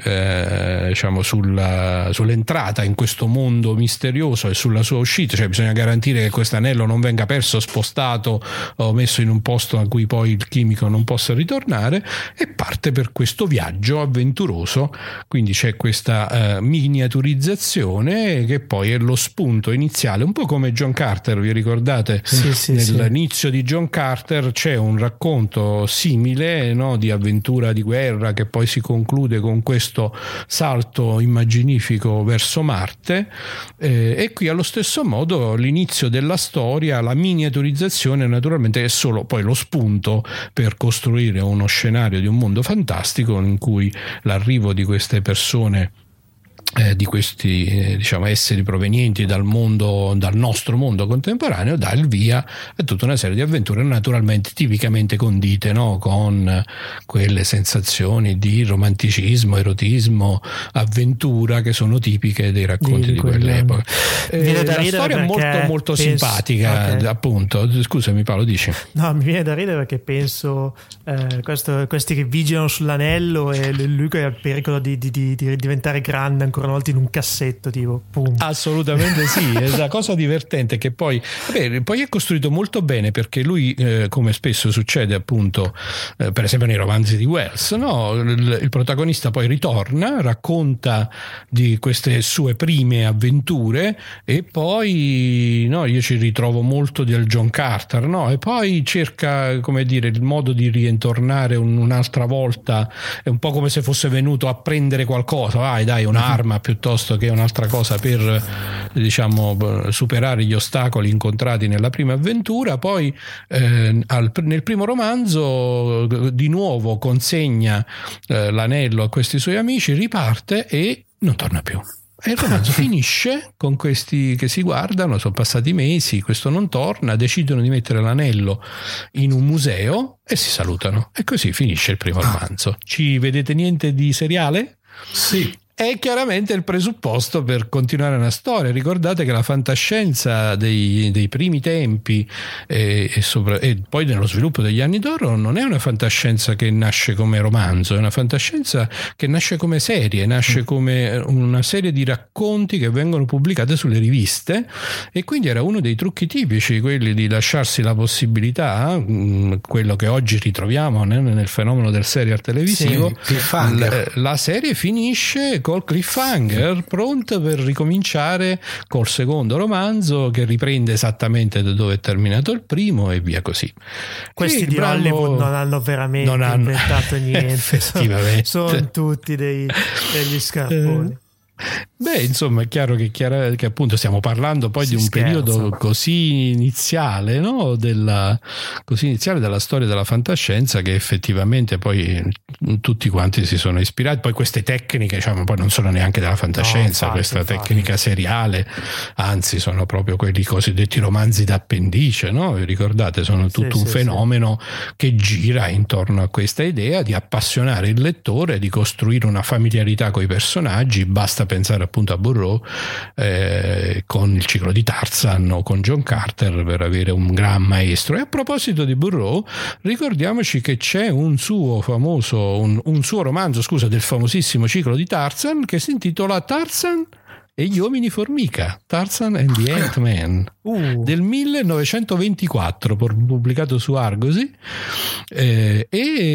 eh, diciamo sulla, sull'entrata in questo mondo misterioso e sulla sua uscita, cioè bisogna garantire che questo anello non venga perso, spostato o messo in un posto a cui poi il chimico non possa ritornare, e parte per questo viaggio avventuroso. Quindi c'è questa uh, miniaturizzazione che poi è lo spunto iniziale, un po' come John Carter, vi ricordate? Sì, sì, nell'inizio sì. di John Carter c'è un racconto simile, no, di avventura di guerra, che poi si conclude con questo salto immaginifico verso Marte, eh, e qui allo stesso modo l'inizio della storia, la miniaturizzazione naturalmente è solo poi lo spunto per costruire uno scenario di un mondo fantastico in cui l'arrivo di queste persone, Eh, di questi eh, diciamo esseri provenienti dal mondo, dal nostro mondo contemporaneo, dà il via a tutta una serie di avventure, naturalmente tipicamente condite, no? Con quelle sensazioni di romanticismo, erotismo, avventura che sono tipiche dei racconti di, di quell'epoca. Eh, la storia è molto molto penso, simpatica, okay. Appunto. Scusami Paolo, dici? No, mi viene da ridere perché penso eh, questo, questi che vigilano sull'anello e lui che ha il pericolo di, di, di, di diventare grande ancora una volta in un cassetto, tipo pum. Assolutamente sì. È la cosa divertente è che poi vabbè, poi è costruito molto bene, perché lui eh, come spesso succede appunto eh, per esempio nei romanzi di Wells, no? il, il protagonista poi ritorna, racconta di queste sue prime avventure, e poi no, io ci ritrovo molto del John Carter, no? E poi cerca, come dire, il modo di rientornare un, un'altra volta, è un po' come se fosse venuto a prendere qualcosa, vai dai, un'arma piuttosto che un'altra cosa per, diciamo, superare gli ostacoli incontrati nella prima avventura. Poi eh, al, nel primo romanzo di nuovo consegna eh, l'anello a questi suoi amici, riparte e non torna più. E il romanzo finisce con questi che si guardano, sono passati mesi, questo non torna, decidono di mettere l'anello in un museo e si salutano, e così finisce il primo romanzo. Ci vedete niente di seriale? Sì. è chiaramente il presupposto per continuare una storia. Ricordate che la fantascienza dei, dei primi tempi e, e, sopra, e poi nello sviluppo degli anni d'oro non è una fantascienza che nasce come romanzo, è una fantascienza che nasce come serie, nasce come una serie di racconti che vengono pubblicate sulle riviste, e quindi era uno dei trucchi tipici, quelli di lasciarsi la possibilità, mh, quello che oggi ritroviamo nel, nel fenomeno del serial televisivo. Sì, la, la serie finisce col cliffhanger, pronta per ricominciare col secondo romanzo, che riprende esattamente da dove è terminato il primo e via così. Questi e di brano... Hollywood non hanno veramente non hanno... inventato niente, effettivamente sono, sono tutti dei, degli scarponi. Beh, insomma, è chiaro che, chiaro che appunto stiamo parlando poi si di un scherza. periodo così iniziale, no? Della, così iniziale della storia della fantascienza, che effettivamente poi tutti quanti si sono ispirati. Poi queste tecniche, diciamo, poi non sono neanche della fantascienza, no, infatti, questa infatti. tecnica seriale, anzi sono proprio quelli cosiddetti romanzi d'appendice, no? Vi ricordate? Sono tutto sì, un sì, fenomeno sì. che gira intorno a questa idea di appassionare il lettore, di costruire una familiarità con i personaggi. Basta pensare appunto a Burroughs eh, con il ciclo di Tarzan o con John Carter per avere un gran maestro. E a proposito di Burroughs, ricordiamoci che c'è un suo famoso un, un suo romanzo, scusa, del famosissimo ciclo di Tarzan, che si intitola Tarzan e gli uomini formica, Tarzan and the Ant-Man, uh. del millenovecentoventiquattro, pubblicato su Argosy, eh,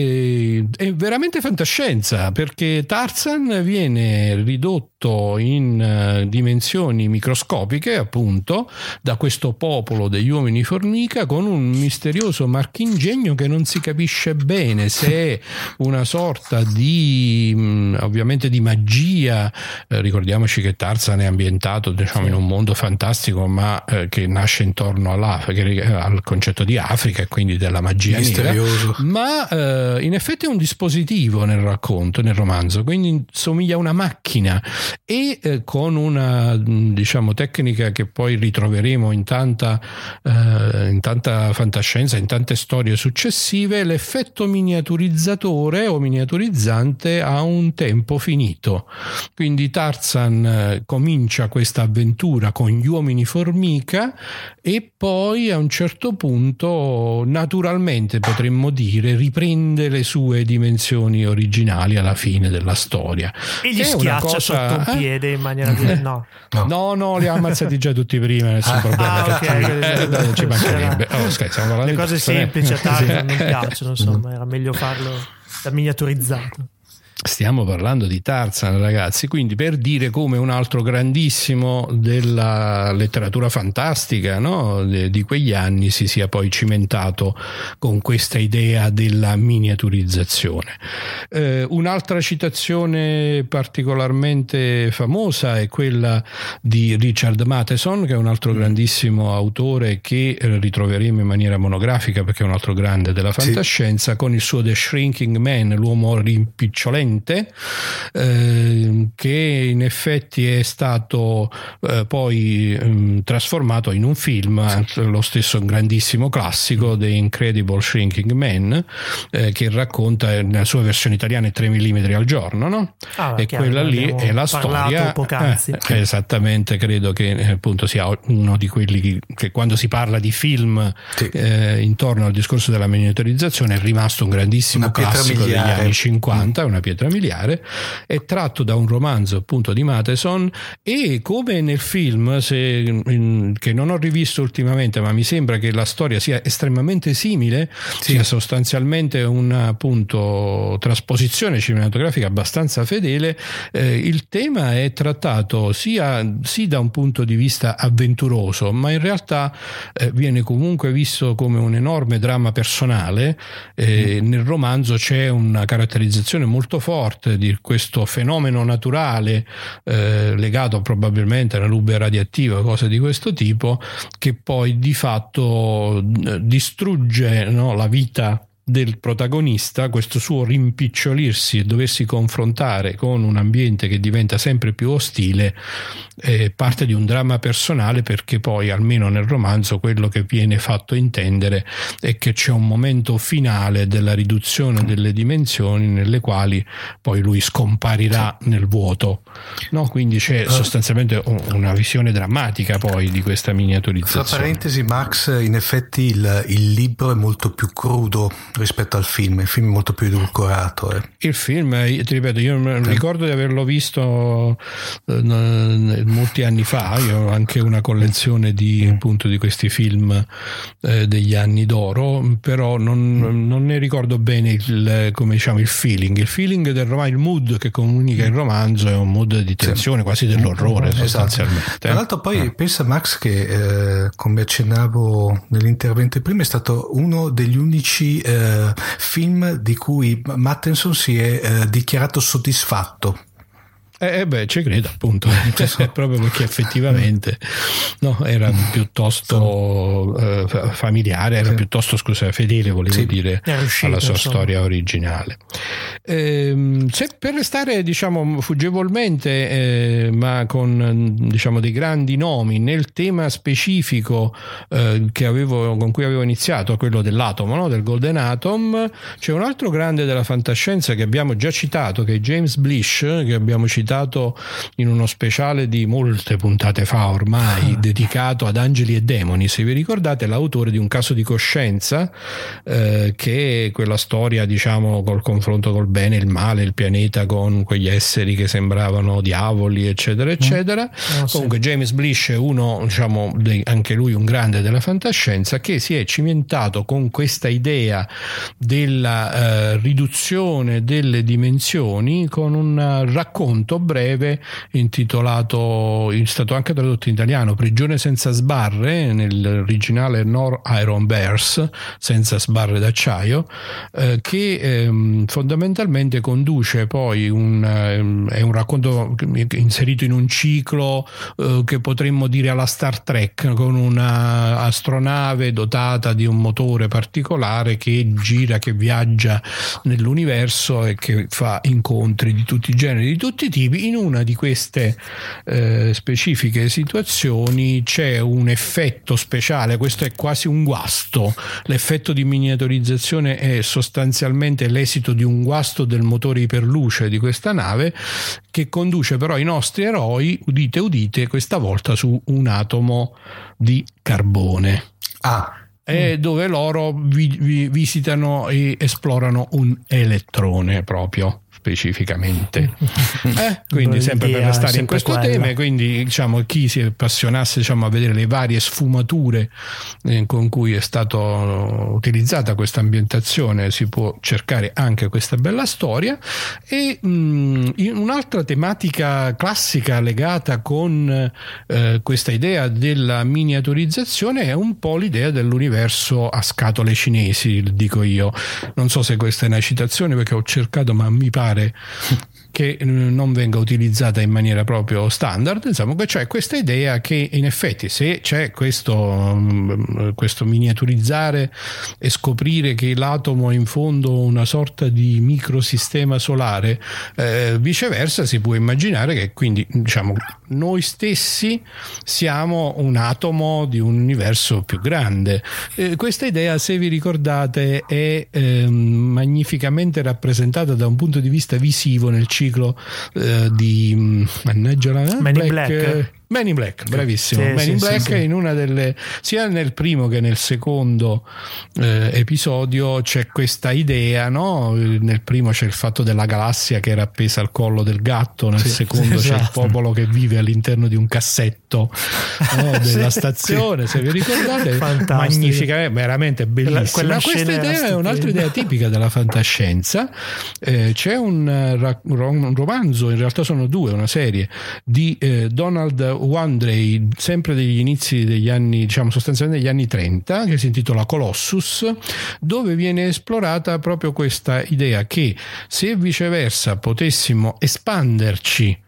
e è veramente fantascienza, perché Tarzan viene ridotto in uh, dimensioni microscopiche, appunto, da questo popolo degli uomini formica, con un misterioso marchingegno che non si capisce bene se è una sorta di mh, ovviamente di magia. Eh, ricordiamoci che Tarzan è ambientato, diciamo, in un mondo fantastico, ma eh, che nasce intorno all'Africa, al concetto di Africa e quindi della magia misterioso. Nera, ma eh, in effetti è un dispositivo nel racconto, nel romanzo, quindi somiglia a una macchina, e eh, con una, diciamo, tecnica che poi ritroveremo in tanta eh, in tanta fantascienza, in tante storie successive. L'effetto miniaturizzatore o miniaturizzante ha un tempo finito, quindi Tarzan eh, comincia questa avventura con gli uomini formica e poi a un certo punto, naturalmente potremmo dire, riprende le sue dimensioni originali alla fine della storia. E gli schiaccia cosa... sotto un piede eh? in maniera di... no. no no no li ha ammazzati già tutti prima, nessun problema. Ah, okay, non ci mancherebbe. Oh, scherzo, le cose semplici a Tarzan mi piacciono, insomma, era meglio farlo da miniaturizzato. Stiamo parlando di Tarzan, ragazzi, quindi per dire come un altro grandissimo della letteratura fantastica, no, di quegli anni si sia poi cimentato con questa idea della miniaturizzazione. Eh, un'altra citazione particolarmente famosa è quella di Richard Matheson, che è un altro grandissimo autore che ritroveremo in maniera monografica perché è un altro grande della fantascienza, sì. con il suo The Shrinking Man, l'uomo rimpicciolente, Eh, che in effetti è stato eh, poi eh, trasformato in un film, lo stesso grandissimo classico The Incredible Shrinking Man, eh, che racconta nella sua versione italiana tre millimetri al giorno, no? Ah, e chiaro, quella lì è la storia eh, esattamente, credo che eh, appunto sia uno di quelli che quando si parla di film sì. eh, intorno al discorso della miniaturizzazione è rimasto un grandissimo una classico degli anni cinquanta, una pietra miliare, è tratto da un romanzo appunto di Matheson, e come nel film, se, in, che non ho rivisto ultimamente, ma mi sembra che la storia sia estremamente simile, sì. sia sostanzialmente una appunto trasposizione cinematografica abbastanza fedele, eh, il tema è trattato sia sì da un punto di vista avventuroso, ma in realtà eh, viene comunque visto come un enorme dramma personale. Eh, mm. Nel romanzo c'è una caratterizzazione molto forte di questo fenomeno naturale eh, legato probabilmente alla nube radioattiva, cose di questo tipo, che poi di fatto distrugge, no, la vita del protagonista, questo suo rimpicciolirsi e doversi confrontare con un ambiente che diventa sempre più ostile, eh, parte di un dramma personale, perché poi almeno nel romanzo quello che viene fatto intendere è che c'è un momento finale della riduzione delle dimensioni nelle quali poi lui scomparirà nel vuoto, no? Quindi c'è sostanzialmente una visione drammatica poi di questa miniaturizzazione. Tra parentesi, Max, in effetti il, il libro è molto più crudo rispetto al film, il film è molto più edulcorato. Eh. Il film, ti ripeto, io eh. ricordo di averlo visto eh, molti anni fa, io ho anche una collezione di, appunto, di questi film eh, degli anni d'oro, però non, non ne ricordo bene il, come diciamo, il feeling, il feeling del romanzo, il mood che comunica il romanzo è un mood di tensione, sì, quasi dell'orrore, esatto, sostanzialmente. Tra l'altro poi eh. pensa Max che eh, come accennavo nell'intervento prima è stato uno degli unici eh, film di cui Mattinson si è eh, dichiarato soddisfatto. Eh beh, ci credo, appunto, proprio perché effettivamente no, era piuttosto eh, familiare, era sì. piuttosto, scusa, fedele, volevo sì. dire, uscito, alla sua insomma. storia originale. Eh, se per restare, diciamo, fuggevolmente, eh, ma con, diciamo, dei grandi nomi nel tema specifico eh, che avevo, con cui avevo iniziato, quello dell'atomo, no? Del Golden Atom, c'è un altro grande della fantascienza che abbiamo già citato, che è James Blish, che abbiamo citato in uno speciale di molte puntate fa ormai, dedicato ad angeli e demoni. Se vi ricordate, l'autore di Un caso di coscienza, eh, che è quella storia, diciamo, col confronto col bene e il male, il pianeta con quegli esseri che sembravano diavoli, eccetera eccetera. Mm. Oh, comunque sì. James Blish è uno, diciamo, anche lui un grande della fantascienza, che si è cimentato con questa idea della eh, riduzione delle dimensioni con un racconto breve intitolato, è stato anche tradotto in italiano, Prigione senza sbarre, nell'originale Nor Iron Bears, senza sbarre d'acciaio, eh, che ehm, fondamentalmente conduce poi un, ehm, è un racconto inserito in un ciclo eh, che potremmo dire alla Star Trek, con una astronave dotata di un motore particolare che gira, che viaggia nell'universo e che fa incontri di tutti i generi, di tutti i tipi. In una di queste eh, specifiche situazioni c'è un effetto speciale, questo è quasi un guasto, l'effetto di miniaturizzazione è sostanzialmente l'esito di un guasto del motore iperluce di questa nave, che conduce però i nostri eroi, udite udite, questa volta su un atomo di carbone. Ah. E dove loro vi, vi visitano e esplorano un elettrone proprio specificamente, eh? Quindi sempre per restare in questo quella. tema, quindi diciamo chi si appassionasse, diciamo, a vedere le varie sfumature eh, con cui è stata utilizzata questa ambientazione, si può cercare anche questa bella storia. E mh, un'altra tematica classica legata con eh, questa idea della miniaturizzazione è un po' l'idea dell'universo a scatole cinesi, dico io. Non so se questa è una citazione, perché ho cercato, ma mi pare che non venga utilizzata in maniera proprio standard, insomma, cioè questa idea che in effetti se c'è questo, questo miniaturizzare e scoprire che l'atomo è in fondo una sorta di microsistema solare, eh, viceversa si può immaginare che quindi, diciamo, noi stessi siamo un atomo di un universo più grande. Eh, questa idea, se vi ricordate, è eh, magnificamente rappresentata da un punto di vista visivo nel ciclo eh, di mannaggia la Men in Black. Eh, Men in Black, bravissimo. Sì, Men in sì, Black, sì, in una delle, sia nel primo che nel secondo eh, episodio c'è questa idea, no? Nel primo c'è il fatto della galassia che era appesa al collo del gatto, nel sì, secondo sì, c'è esatto. il popolo che vive all'interno di un cassetto, no? della sì, stazione, sì. se vi ricordate, magnifica, veramente bellissima. Quella, quella questa idea è un'altra idea tipica della fantascienza. Eh, c'è un, un romanzo, in realtà sono due, una serie di eh, Donald Wandrei, sempre degli inizi degli anni, diciamo sostanzialmente degli anni trenta, che si intitola Colossus, dove viene esplorata proprio questa idea che se viceversa potessimo espanderci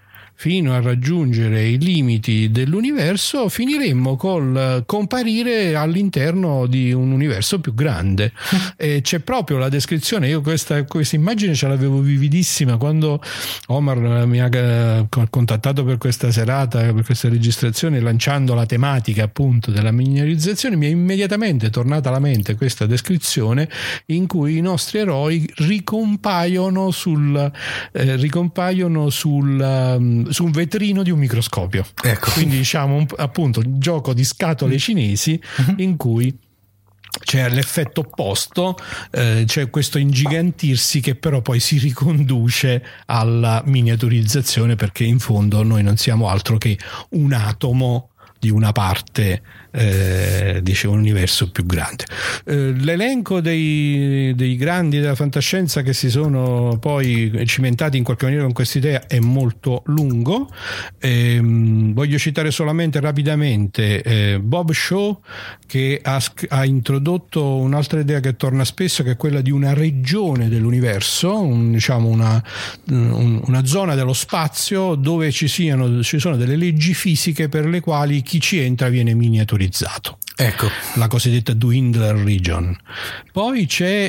fino a raggiungere i limiti dell'universo, finiremmo col comparire all'interno di un universo più grande. E c'è proprio la descrizione, io questa, questa immagine ce l'avevo vividissima quando Omar mi ha contattato per questa serata, per questa registrazione, lanciando la tematica appunto della miniaturizzazione. Mi è immediatamente tornata alla mente questa descrizione in cui i nostri eroi ricompaiono sul eh, ricompaiono sul, um, su un vetrino di un microscopio. Ecco. Quindi diciamo un, appunto un gioco di scatole cinesi in cui c'è l'effetto opposto, eh, c'è questo ingigantirsi che però poi si riconduce alla miniaturizzazione, perché in fondo noi non siamo altro che un atomo di una parte eh, dice un universo più grande. Eh, l'elenco dei, dei grandi della fantascienza che si sono poi cimentati in qualche maniera con questa idea è molto lungo. Eh, voglio citare solamente rapidamente eh, Bob Shaw, che ha, ha introdotto un'altra idea che torna spesso, che è quella di una regione dell'universo, un, diciamo una, un, una zona dello spazio dove ci siano ci sono delle leggi fisiche per le quali chi ci entra viene miniaturizzato. Ecco, la cosiddetta Dwindler Region. Poi c'è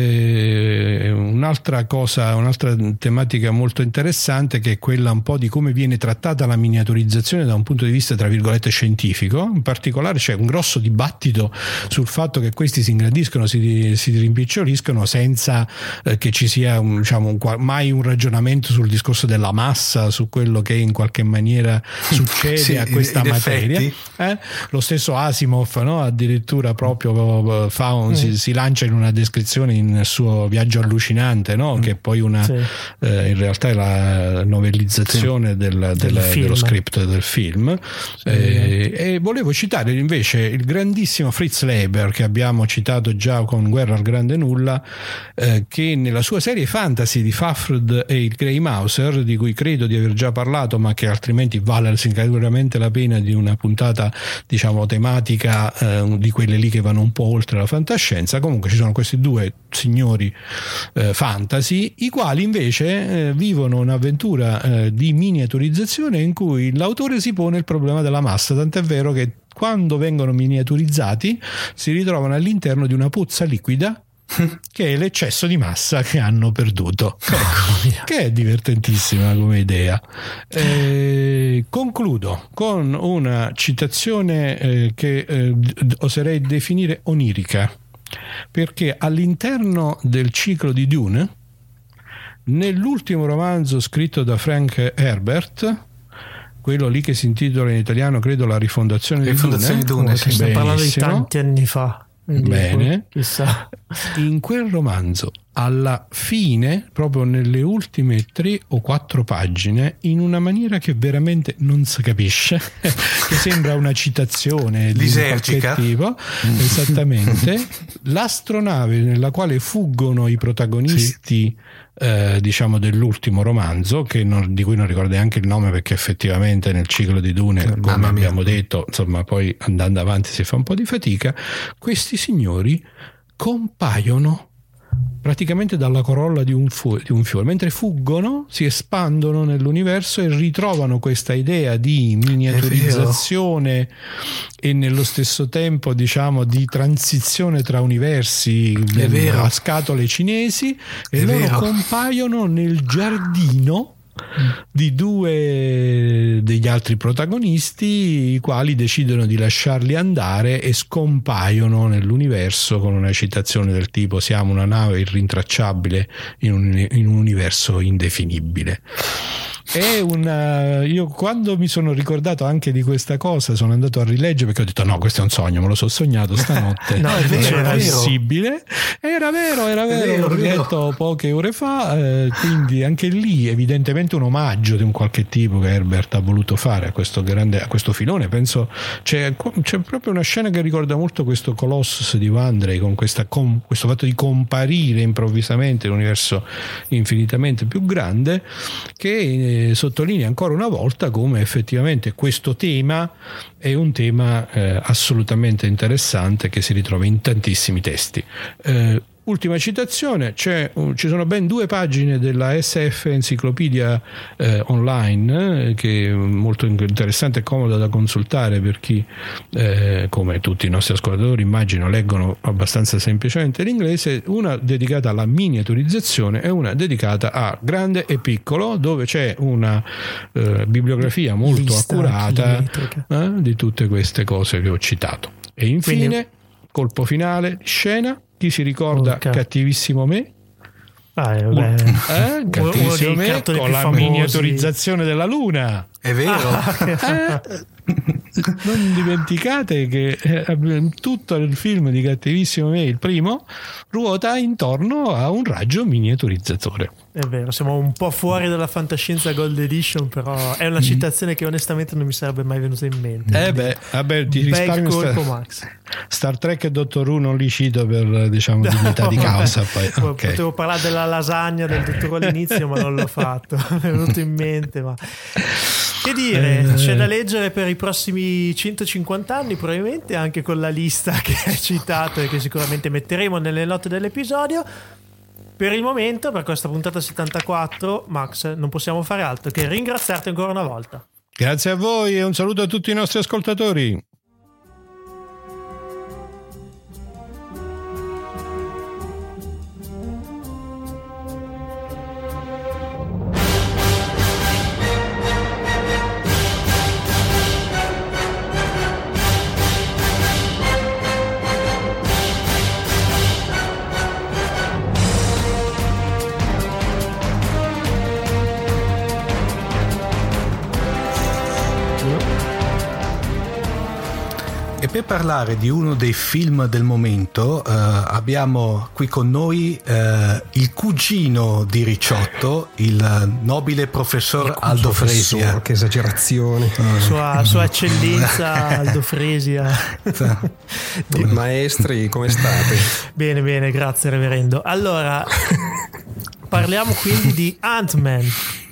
eh, un'altra cosa, un'altra tematica molto interessante, che è quella un po' di come viene trattata la miniaturizzazione da un punto di vista tra virgolette scientifico. In particolare c'è un grosso dibattito sul fatto che questi si ingrandiscono, si, si rimpiccioliscono senza eh, che ci sia un, diciamo, un, mai un ragionamento sul discorso della massa, su quello che in qualche maniera succede sì, a questa materia. Eh? Lo stesso Asimov, no? Addirittura proprio fa un, mm. si, si lancia in una descrizione in suo Viaggio allucinante, no? Mm. Che poi una sì. eh, in realtà è la novellizzazione sì. del, del, del dello script del film. Sì. Eh, e volevo citare invece il grandissimo Fritz Leiber, che abbiamo citato già con Guerra al Grande Nulla, eh, che nella sua serie fantasy di Fafhrd e il Grey Mouser, di cui credo di aver già parlato, ma che altrimenti vale sicuramente la pena di una puntata diciamo tematica, eh, di quelle lì che vanno un po' oltre la fantascienza. Comunque ci sono questi due signori eh, fantasy, i quali invece eh, vivono un'avventura eh, di miniaturizzazione in cui l'autore si pone il problema della massa, tant'è vero che quando vengono miniaturizzati si ritrovano all'interno di una pozza liquida che è l'eccesso di massa che hanno perduto. Ecco, che è divertentissima come idea. Eh, concludo con una citazione eh, che eh, oserei definire onirica, perché all'interno del ciclo di Dune, nell'ultimo romanzo scritto da Frank Herbert, quello lì che si intitola in italiano credo La rifondazione di Dune, Dune sì. Stiamo parlando di tanti anni fa. Bene, chissà. In quel romanzo, alla fine, proprio nelle ultime tre o quattro pagine, in una maniera che veramente non si capisce, che sembra una citazione di qualche tipo, esattamente, l'astronave nella quale fuggono i protagonisti sì. Eh, diciamo dell'ultimo romanzo, che non, di cui non ricordo neanche il nome, perché effettivamente nel ciclo di Dune, come Mamma abbiamo mia. detto, insomma, poi andando avanti si fa un po' di fatica. Questi signori compaiono praticamente dalla corolla di un, fu- di un fiore, mentre fuggono si espandono nell'universo e ritrovano questa idea di miniaturizzazione e nello stesso tempo diciamo di transizione tra universi a scatole cinesi, e È loro vero. compaiono nel giardino di due degli altri protagonisti, i quali decidono di lasciarli andare e scompaiono nell'universo con una citazione del tipo: siamo una nave irrintracciabile in un, in un universo indefinibile. È una, io quando mi sono ricordato anche di questa cosa sono andato a rileggere, perché ho detto no, questo è un sogno, me lo sono sognato stanotte. No, è vero, era vero. possibile, era vero, era vero, vero l'ho letto poche ore fa, eh, quindi anche lì evidentemente un omaggio di un qualche tipo che Herbert ha voluto fare a questo grande, a questo filone. Penso c'è, c'è proprio una scena che ricorda molto questo Colossus di Vandrey, con questa, com, questo fatto di comparire improvvisamente l'universo infinitamente più grande, che eh, sottolinea ancora una volta come effettivamente questo tema è un tema eh, assolutamente interessante, che si ritrova in tantissimi testi. Eh, ultima citazione, c'è, ci sono ben due pagine della S F Enciclopedia eh, online, eh, che è molto interessante e comoda da consultare per chi, eh, come tutti i nostri ascoltatori immagino, leggono abbastanza semplicemente l'inglese, una dedicata alla miniaturizzazione e una dedicata a grande e piccolo, dove c'è una eh, bibliografia molto Lista accurata eh, di tutte queste cose che ho citato. E infine, quindi, colpo finale, scena, chi si ricorda Porca. Cattivissimo Me? Ah, eh, eh, Cattivissimo Me con la famosi. Miniaturizzazione della luna. È vero. Ah, non dimenticate che eh, tutto il film di Cattivissimo Me, il primo, ruota intorno a un raggio miniaturizzatore. È vero, siamo un po' fuori dalla fantascienza Gold Edition, però è una citazione che onestamente non mi sarebbe mai venuta in mente. Eh beh, vabbè, ti risparmio colpo, Star, Max. Star Trek e Doctor Who non li cito per, diciamo, dignità di causa. Poi. Okay. Potevo parlare della lasagna del Dottor Who all'inizio, ma non l'ho fatto. Mi è venuto in mente, ma che dire, eh, c'è da leggere per i prossimi centocinquanta anni, probabilmente, anche con la lista che hai citato e che sicuramente metteremo nelle note dell'episodio. Per il momento, per questa puntata settantaquattro, Max, non possiamo fare altro che ringraziarti ancora una volta. Grazie a voi e un saluto a tutti i nostri ascoltatori. E per parlare di uno dei film del momento eh, abbiamo qui con noi eh, il cugino di Ricciotto, il nobile professor il Aldo professor, Fresia. Che esagerazione. Uh. Sua, sua eccellenza Aldo Fresia. Maestri, come state? Bene, bene, grazie reverendo. Allora, parliamo quindi di Ant-Man,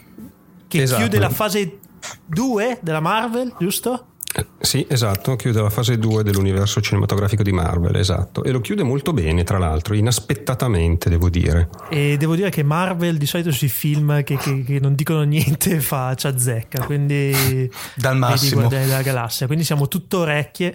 che esatto. chiude la fase due della Marvel, giusto? Sì, esatto, chiude la fase due dell'universo cinematografico di Marvel, esatto, e lo chiude molto bene, tra l'altro, inaspettatamente, devo dire. E devo dire che Marvel di solito sui film che, che, che non dicono niente fa ci azzecca, quindi dal massimo Guardiani della Galassia, quindi siamo tutto orecchie.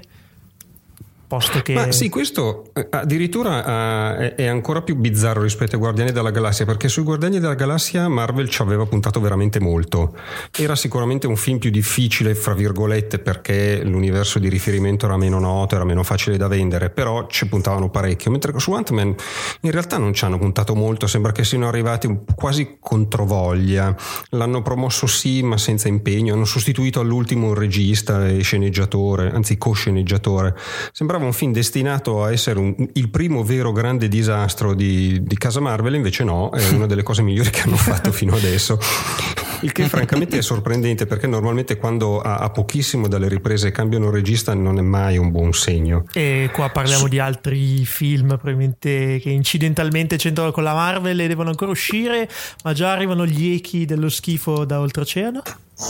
Posto che... Ma sì, questo addirittura uh, è ancora più bizzarro rispetto ai Guardiani della Galassia, perché sui Guardiani della Galassia Marvel ci aveva puntato veramente molto. Era sicuramente un film più difficile, fra virgolette, perché l'universo di riferimento era meno noto, era meno facile da vendere, però ci puntavano parecchio, mentre su Ant-Man in realtà non ci hanno puntato molto, sembra che siano arrivati un, quasi controvoglia, l'hanno promosso sì ma senza impegno, hanno sostituito all'ultimo un regista e sceneggiatore, anzi co-sceneggiatore. Sembra un film destinato a essere un, il primo vero grande disastro di, di casa Marvel, invece no, è una delle cose migliori che hanno fatto fino adesso, il che francamente è sorprendente, perché normalmente quando a, a pochissimo dalle riprese cambiano regista non è mai un buon segno. E qua parliamo Su- di altri film probabilmente che incidentalmente c'entrano con la Marvel e devono ancora uscire, ma già arrivano gli echi dello schifo da oltreoceano?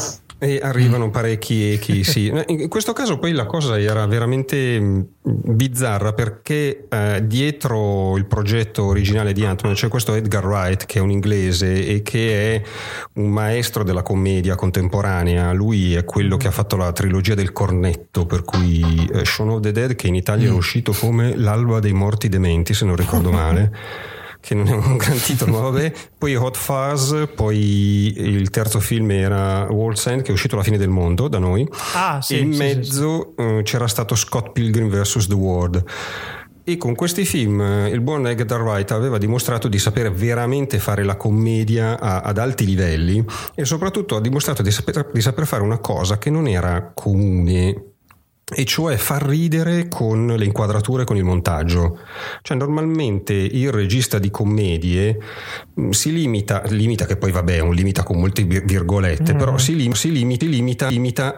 E arrivano parecchi echi, sì. In questo caso poi la cosa era veramente bizzarra, perché eh, dietro il progetto originale di Ant-Man c'è questo Edgar Wright, che è un inglese e che è un maestro della commedia contemporanea. Lui è quello che ha fatto la trilogia del cornetto, per cui eh, Shaun of the Dead, che in Italia è uscito come L'alba dei morti dementi, se non ricordo male, che non è un gran titolo, ma vabbè. Poi Hot Fuzz, poi il terzo film era World's End, che è uscito alla fine del mondo da noi. Ah, sì, e in sì, mezzo sì, sì. c'era stato Scott Pilgrim versus The World. E con questi film il buon Edgar Wright aveva dimostrato di sapere veramente fare la commedia a, ad alti livelli, e soprattutto ha dimostrato di saper, di saper fare una cosa che non era comune, e cioè far ridere con le inquadrature, con il montaggio. Cioè normalmente il regista di commedie si limita, limita che poi vabbè è un limita con molte virgolette, mm. però si, lim, si limita, limita, limita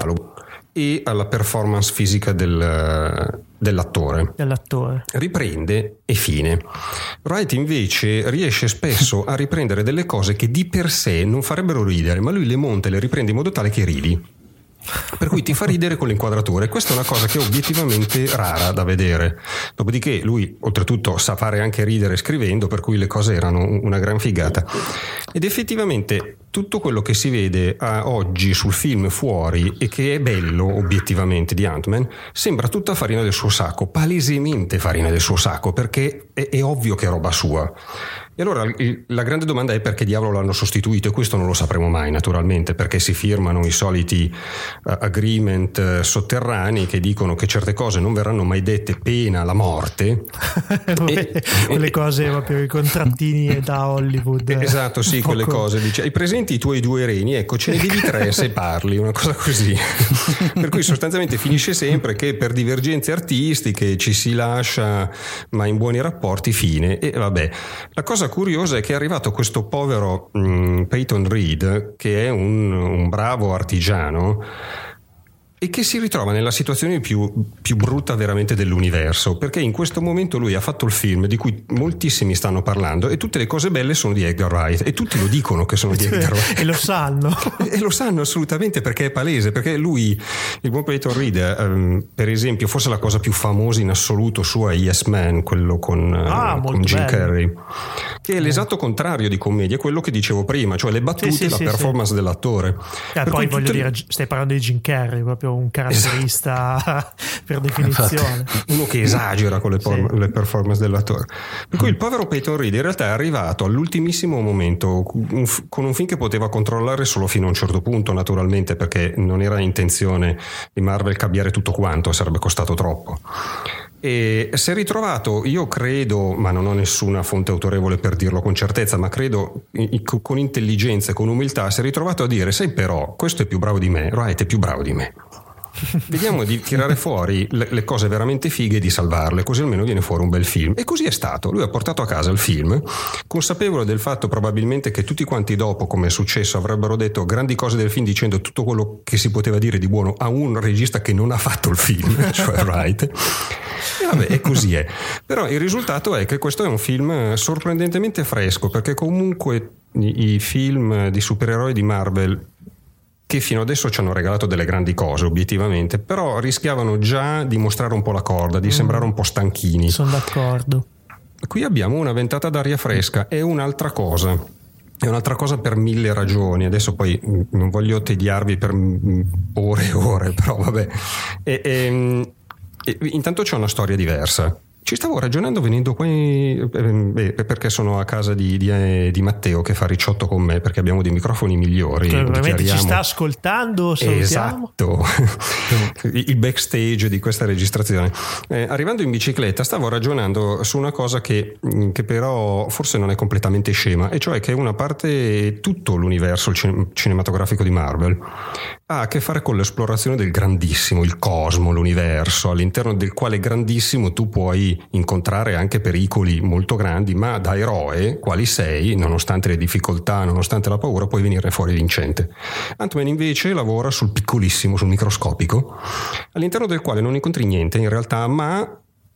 e alla performance fisica del, dell'attore. dell'attore. Riprende e fine. Wright invece riesce spesso a riprendere delle cose che di per sé non farebbero ridere, ma lui le monta e le riprende in modo tale che ridi. per cui ti fa ridere con l'inquadratura, e questa è una cosa che è obiettivamente rara da vedere. Dopodiché lui oltretutto sa fare anche ridere scrivendo, per cui le cose erano una gran figata. Ed effettivamente tutto quello che si vede a oggi sul film fuori e che è bello obiettivamente di Ant-Man sembra tutta farina del suo sacco, palesemente farina del suo sacco, perché è, è ovvio che è roba sua. E allora il, la grande domanda è perché diavolo l'hanno sostituito, e questo non lo sapremo mai naturalmente, perché si firmano i soliti uh, agreement uh, sotterranei che dicono che certe cose non verranno mai dette pena la morte. e, quelle e, cose proprio i contrattini da Hollywood. Esatto, sì, quelle cose. Dice, hai presenti i tuoi due reni? Ecco, ce ne devi tre se parli, una cosa così. Per cui sostanzialmente finisce sempre che per divergenze artistiche ci si lascia, ma in buoni rapporti, fine. E vabbè, la cosa curiosa è che è arrivato questo povero um, Peyton Reed, che è un, un bravo artigiano e che si ritrova nella situazione più, più brutta veramente dell'universo, perché in questo momento lui ha fatto il film di cui moltissimi stanno parlando, e tutte le cose belle sono di Edgar Wright, e tutti lo dicono che sono di Edgar Wright e lo sanno e lo sanno assolutamente, perché è palese, perché lui, il buon Peyton Reed, um, per esempio, forse la cosa più famosa in assoluto sua è Yes Man, quello con, ah, uh, con Jim bello. Carrey, che è l'esatto contrario di commedia, quello che dicevo prima, cioè le battute, sì, sì, la sì, performance sì. dell'attore. Eh, poi voglio tutte... dire, stai parlando di Jim Carrey, proprio un caratterista esatto. per definizione. Infatti, uno che esagera con le, por- sì. le performance dell'attore. Per cui il povero Peyton Reed in realtà è arrivato all'ultimissimo momento un f- con un film che poteva controllare solo fino a un certo punto, naturalmente, perché non era intenzione di Marvel cambiare tutto quanto, sarebbe costato troppo. E si è ritrovato, io credo, ma non ho nessuna fonte autorevole per dirlo con certezza, ma credo con intelligenza e con umiltà, si è ritrovato a dire: sai, però questo è più bravo di me, Wright è più bravo di me, vediamo di tirare fuori le, le cose veramente fighe e di salvarle, così almeno viene fuori un bel film. E così è stato. Lui ha portato a casa il film, consapevole del fatto probabilmente che tutti quanti dopo, come è successo, avrebbero detto grandi cose del film, dicendo tutto quello che si poteva dire di buono a un regista che non ha fatto il film, cioè Wright. E vabbè, e così è. Però il risultato è che questo è un film sorprendentemente fresco, perché comunque i, i film di supereroi di Marvel, che fino adesso ci hanno regalato delle grandi cose obiettivamente, però rischiavano già di mostrare un po' la corda, di mm. sembrare un po' stanchini. Sono d'accordo. Qui abbiamo una ventata d'aria fresca, è un'altra cosa. È un'altra cosa per mille ragioni. Adesso poi non voglio tediarvi per ore e ore, però vabbè. E, e, e, intanto c'è una storia diversa. Ci stavo ragionando venendo qui, eh, perché sono a casa di, di, di Matteo che fa ricciotto con me, perché abbiamo dei microfoni migliori. Cioè, veramente ci sta ascoltando, salutiamo. Esatto. Il backstage di questa registrazione. Eh, arrivando in bicicletta stavo ragionando su una cosa che, che però forse non è completamente scema, e cioè che una parte, tutto l'universo cinematografico di Marvel ha a che fare con l'esplorazione del grandissimo, il cosmo, l'universo, all'interno del quale grandissimo tu puoi incontrare anche pericoli molto grandi, ma da eroe quali sei, nonostante le difficoltà, nonostante la paura, puoi venire fuori vincente. Ant-Man invece lavora sul piccolissimo, sul microscopico, all'interno del quale non incontri niente in realtà, ma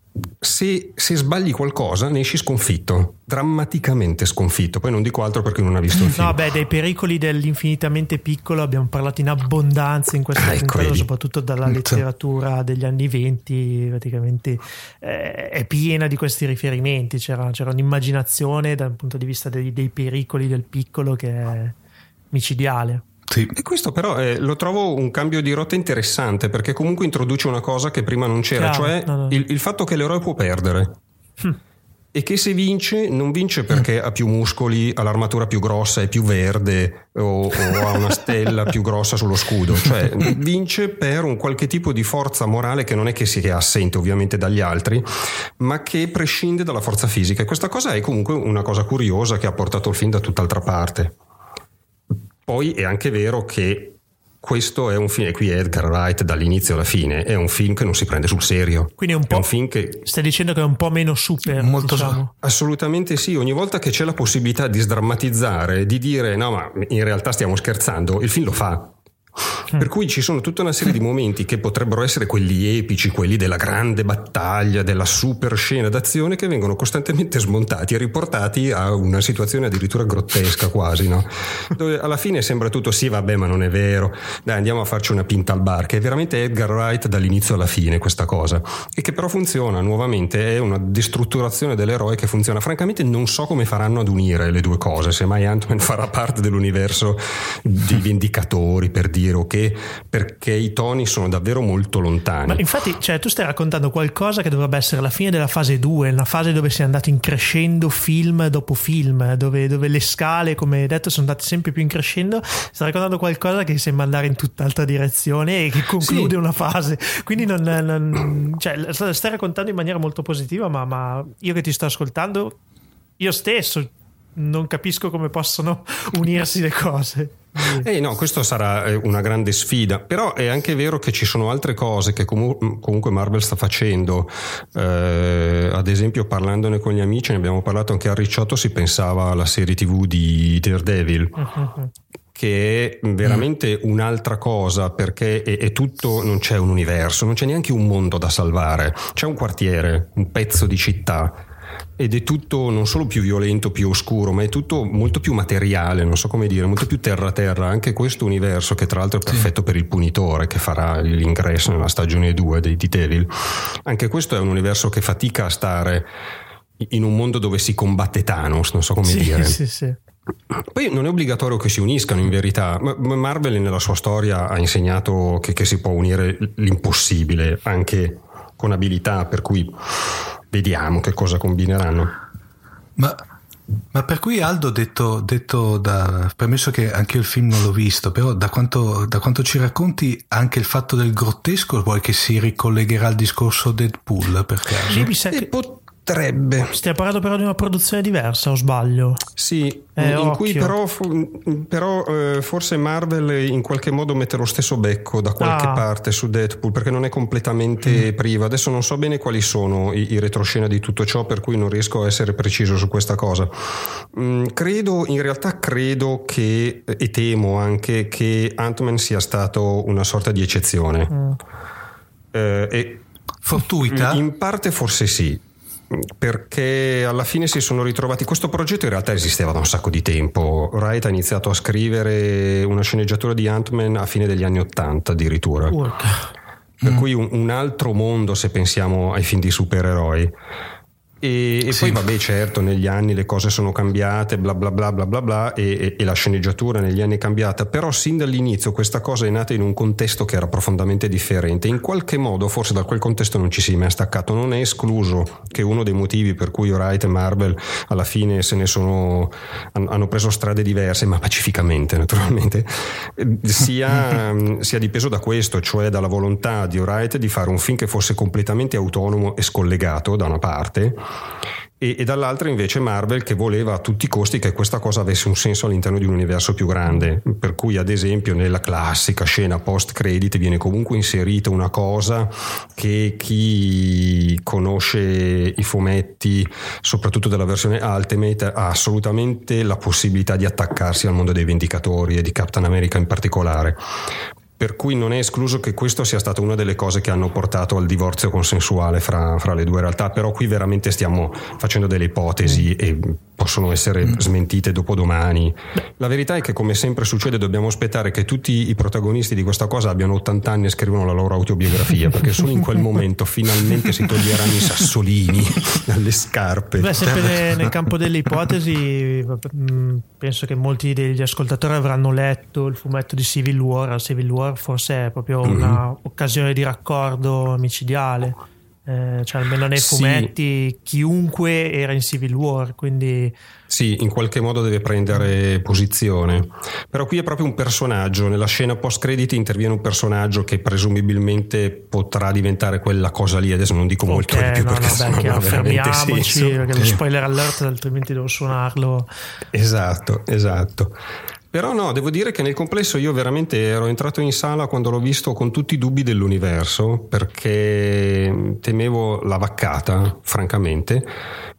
se, se sbagli qualcosa ne esci sconfitto, drammaticamente sconfitto. Poi non dico altro perché non ha visto il film. No, beh, dei pericoli dell'infinitamente piccolo abbiamo parlato in abbondanza in questo ah, puntata, ecco, soprattutto dalla letteratura degli anni venti, praticamente eh, è piena di questi riferimenti. C'era, c'era un'immaginazione dal punto di vista dei, dei pericoli del piccolo che è micidiale. Sì. E questo però eh, lo trovo un cambio di rotta interessante, perché comunque introduce una cosa che prima non c'era, Chiaro, cioè no, no. Il, il fatto che l'eroe può perdere hm. e che se vince non vince perché hm. ha più muscoli, ha l'armatura più grossa, è più verde o, o ha una stella più grossa sullo scudo, cioè vince per un qualche tipo di forza morale che non è che sia assente ovviamente dagli altri, ma che prescinde dalla forza fisica, e questa cosa è comunque una cosa curiosa che ha portato il film da tutt'altra parte. Poi è anche vero che questo è un film, e qui Edgar Wright dall'inizio alla fine è un film che non si prende sul serio. Quindi è un po', è un film che stai dicendo che è un po' meno super, molto diciamo. Assolutamente sì. Ogni volta che c'è la possibilità di sdrammatizzare, di dire no ma in realtà stiamo scherzando, il film lo fa. Per cui ci sono tutta una serie di momenti che potrebbero essere quelli epici, quelli della grande battaglia, della super scena d'azione, che vengono costantemente smontati e riportati a una situazione addirittura grottesca quasi, no? Dove alla fine sembra tutto sì, vabbè, ma non è vero, dai, andiamo a farci una pinta al bar, che è veramente Edgar Wright dall'inizio alla fine questa cosa, e che però funziona nuovamente, è una destrutturazione dell'eroe che funziona. Francamente non so come faranno ad unire le due cose, se mai Ant-Man farà parte dell'universo dei Vendicatori, per dire, ok, perché i toni sono davvero molto lontani. Ma infatti, cioè, tu stai raccontando qualcosa che dovrebbe essere la fine della fase due, una fase dove si è andato in crescendo film dopo film, dove, dove le scale, come hai detto, sono andate sempre più in crescendo. Stai raccontando qualcosa che sembra andare in tutt'altra direzione e che conclude sì. una fase, quindi non, non cioè, stai raccontando in maniera molto positiva, ma, ma io che ti sto ascoltando, io stesso non capisco come possono unirsi le cose. Eh no, questo sarà una grande sfida, però è anche vero che ci sono altre cose che comu- comunque Marvel sta facendo, eh, ad esempio parlandone con gli amici, ne abbiamo parlato anche a Ricciotto, si pensava alla serie tv di Daredevil, uh-huh. che è veramente mm. un'altra cosa, perché è, è tutto, non c'è un universo, non c'è neanche un mondo da salvare, c'è un quartiere, un pezzo di città, ed è tutto non solo più violento, più oscuro, ma è tutto molto più materiale, non so come dire, molto più terra terra. Anche questo universo, che tra l'altro è perfetto sì. per il Punitore, che farà l'ingresso nella stagione due dei Daredevil, anche questo è un universo che fatica a stare in un mondo dove si combatte Thanos, non so come sì, dire sì, sì. Poi non è obbligatorio che si uniscano, in verità. Marvel nella sua storia ha insegnato che, che si può unire l'impossibile anche con abilità, per cui vediamo che cosa combineranno. Ma, ma per cui Aldo, detto, detto da, premesso che anche io il film non l'ho visto, però da quanto, da quanto ci racconti, anche il fatto del grottesco vuoi che si ricollegherà al discorso Deadpool per caso? Sì, mi sa che potrebbe. Stiamo parlando però di una produzione diversa, o sbaglio? Sì, eh, in occhio. cui però, però eh, forse Marvel in qualche modo mette lo stesso becco da qualche ah. parte su Deadpool, perché non è completamente mm. priva. Adesso non so bene quali sono i, i retroscena di tutto ciò, per cui non riesco a essere preciso su questa cosa. Mm, credo, in realtà credo che, e temo anche, che Ant-Man sia stato una sorta di eccezione. Mm. Eh, e fortuita? In parte forse sì, perché alla fine si sono ritrovati. Questo progetto in realtà esisteva da un sacco di tempo. Wright ha iniziato a scrivere una sceneggiatura di Ant-Man a fine degli anni ottanta addirittura, Work. per mm. cui un, un altro mondo se pensiamo ai film di supereroi. E, e sì. poi vabbè, certo, negli anni le cose sono cambiate, bla bla bla bla bla bla, e, e, e la sceneggiatura negli anni è cambiata, però sin dall'inizio questa cosa è nata in un contesto che era profondamente differente. In qualche modo forse da quel contesto non ci si è mai staccato. Non è escluso che uno dei motivi per cui Wright e Marvel alla fine se ne sono hanno preso strade diverse, ma pacificamente naturalmente, sia, sia dipeso da questo, cioè dalla volontà di Wright di fare un film che fosse completamente autonomo e scollegato da una parte, e, e dall'altra invece Marvel che voleva a tutti i costi che questa cosa avesse un senso all'interno di un universo più grande, per cui ad esempio nella classica scena post credit viene comunque inserita una cosa che chi conosce i fumetti, soprattutto della versione Ultimate, ha assolutamente la possibilità di attaccarsi al mondo dei Vendicatori e di Captain America in particolare. Per cui non è escluso che questo sia stata una delle cose che hanno portato al divorzio consensuale fra, fra le due realtà, però qui veramente stiamo facendo delle ipotesi mm. e possono essere mm. smentite dopodomani. La verità è che, come sempre succede, dobbiamo aspettare che tutti i protagonisti di questa cosa abbiano ottanta anni e scrivono la loro autobiografia, perché solo in quel momento finalmente si toglieranno i sassolini dalle scarpe. Beh, sempre nel campo delle ipotesi, penso che molti degli ascoltatori avranno letto il fumetto di Civil War. Civil War forse è proprio mm-hmm. una occasione di raccordo micidiale, eh, cioè almeno nei fumetti sì. chiunque era in Civil War, quindi sì, in qualche modo deve prendere posizione. Però qui è proprio un personaggio, nella scena post crediti interviene un personaggio che presumibilmente potrà diventare quella cosa lì. Adesso non dico molto okay, di più, no, perché no, sennò non ha veramente senso, perché lo spoiler alert altrimenti devo suonarlo. Esatto, esatto. Però no, devo dire che nel complesso io veramente ero entrato in sala quando l'ho visto con tutti i dubbi dell'universo, perché temevo la vaccata, francamente,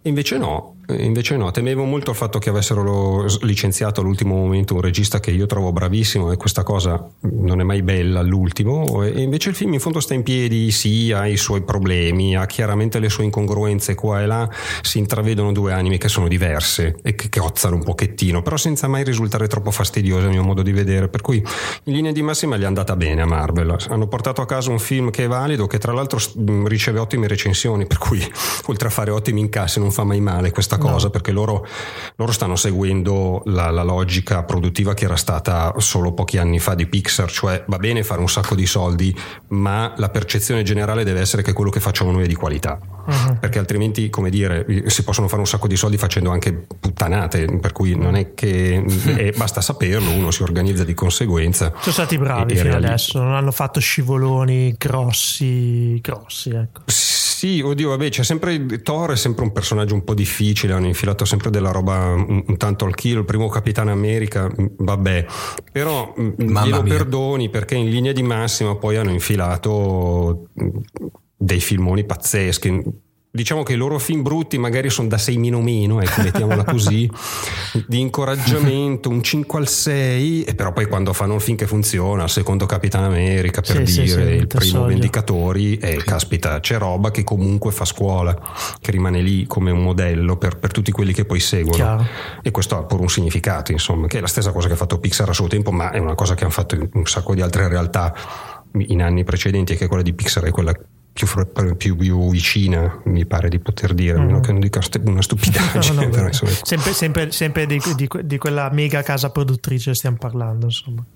Invece no, invece no, temevo molto il fatto che avessero licenziato all'ultimo momento un regista che io trovo bravissimo, e questa cosa non è mai bella all'ultimo, e invece il film in fondo sta in piedi, sì, ha i suoi problemi, ha chiaramente le sue incongruenze qua e là, si intravedono due anime che sono diverse e che cozzano un pochettino, però senza mai risultare troppo fastidiose a mio modo di vedere, per cui in linea di massima gli è andata bene a Marvel, hanno portato a casa un film che è valido, che tra l'altro riceve ottime recensioni, per cui oltre a fare ottimi incassi non fa mai male questa cosa, no. Perché loro, loro stanno seguendo la, la logica produttiva che era stata solo pochi anni fa di Pixar, cioè va bene fare un sacco di soldi, ma la percezione generale deve essere che quello che facciamo noi è di qualità, uh-huh. perché altrimenti, come dire, si possono fare un sacco di soldi facendo anche puttanate, per cui non è che è, basta saperlo, uno si organizza di conseguenza. Sono stati bravi fino reali- adesso, non hanno fatto scivoloni grossi grossi ecco. Sì, oddio, vabbè, c'è sempre Thor, è sempre un personaggio un po' difficile, hanno infilato sempre della roba un, un tanto al chilo, il primo Capitano America, vabbè, però Mamma glielo mia. perdoni, perché in linea di massima poi hanno infilato dei filmoni pazzeschi. Diciamo che i loro film brutti magari sono da sei meno meno, ecco, mettiamola così, di incoraggiamento, un cinque al sei, e però poi quando fanno un film che funziona, il secondo Capitano America, per sì, dire, sì, sì, il primo soglio. Vendicatori, e caspita, c'è roba che comunque fa scuola, che rimane lì come un modello per, per tutti quelli che poi seguono. Chiaro. E questo ha pure un significato, insomma, che è la stessa cosa che ha fatto Pixar a suo tempo, ma è una cosa che hanno fatto in un sacco di altre realtà in anni precedenti, e che quella di Pixar è quella più, più, più vicina, mi pare di poter dire, a meno mm. che non dica una stupidaggine. No, no, però, sempre sempre, sempre di, di, di quella mega casa produttrice stiamo parlando, insomma.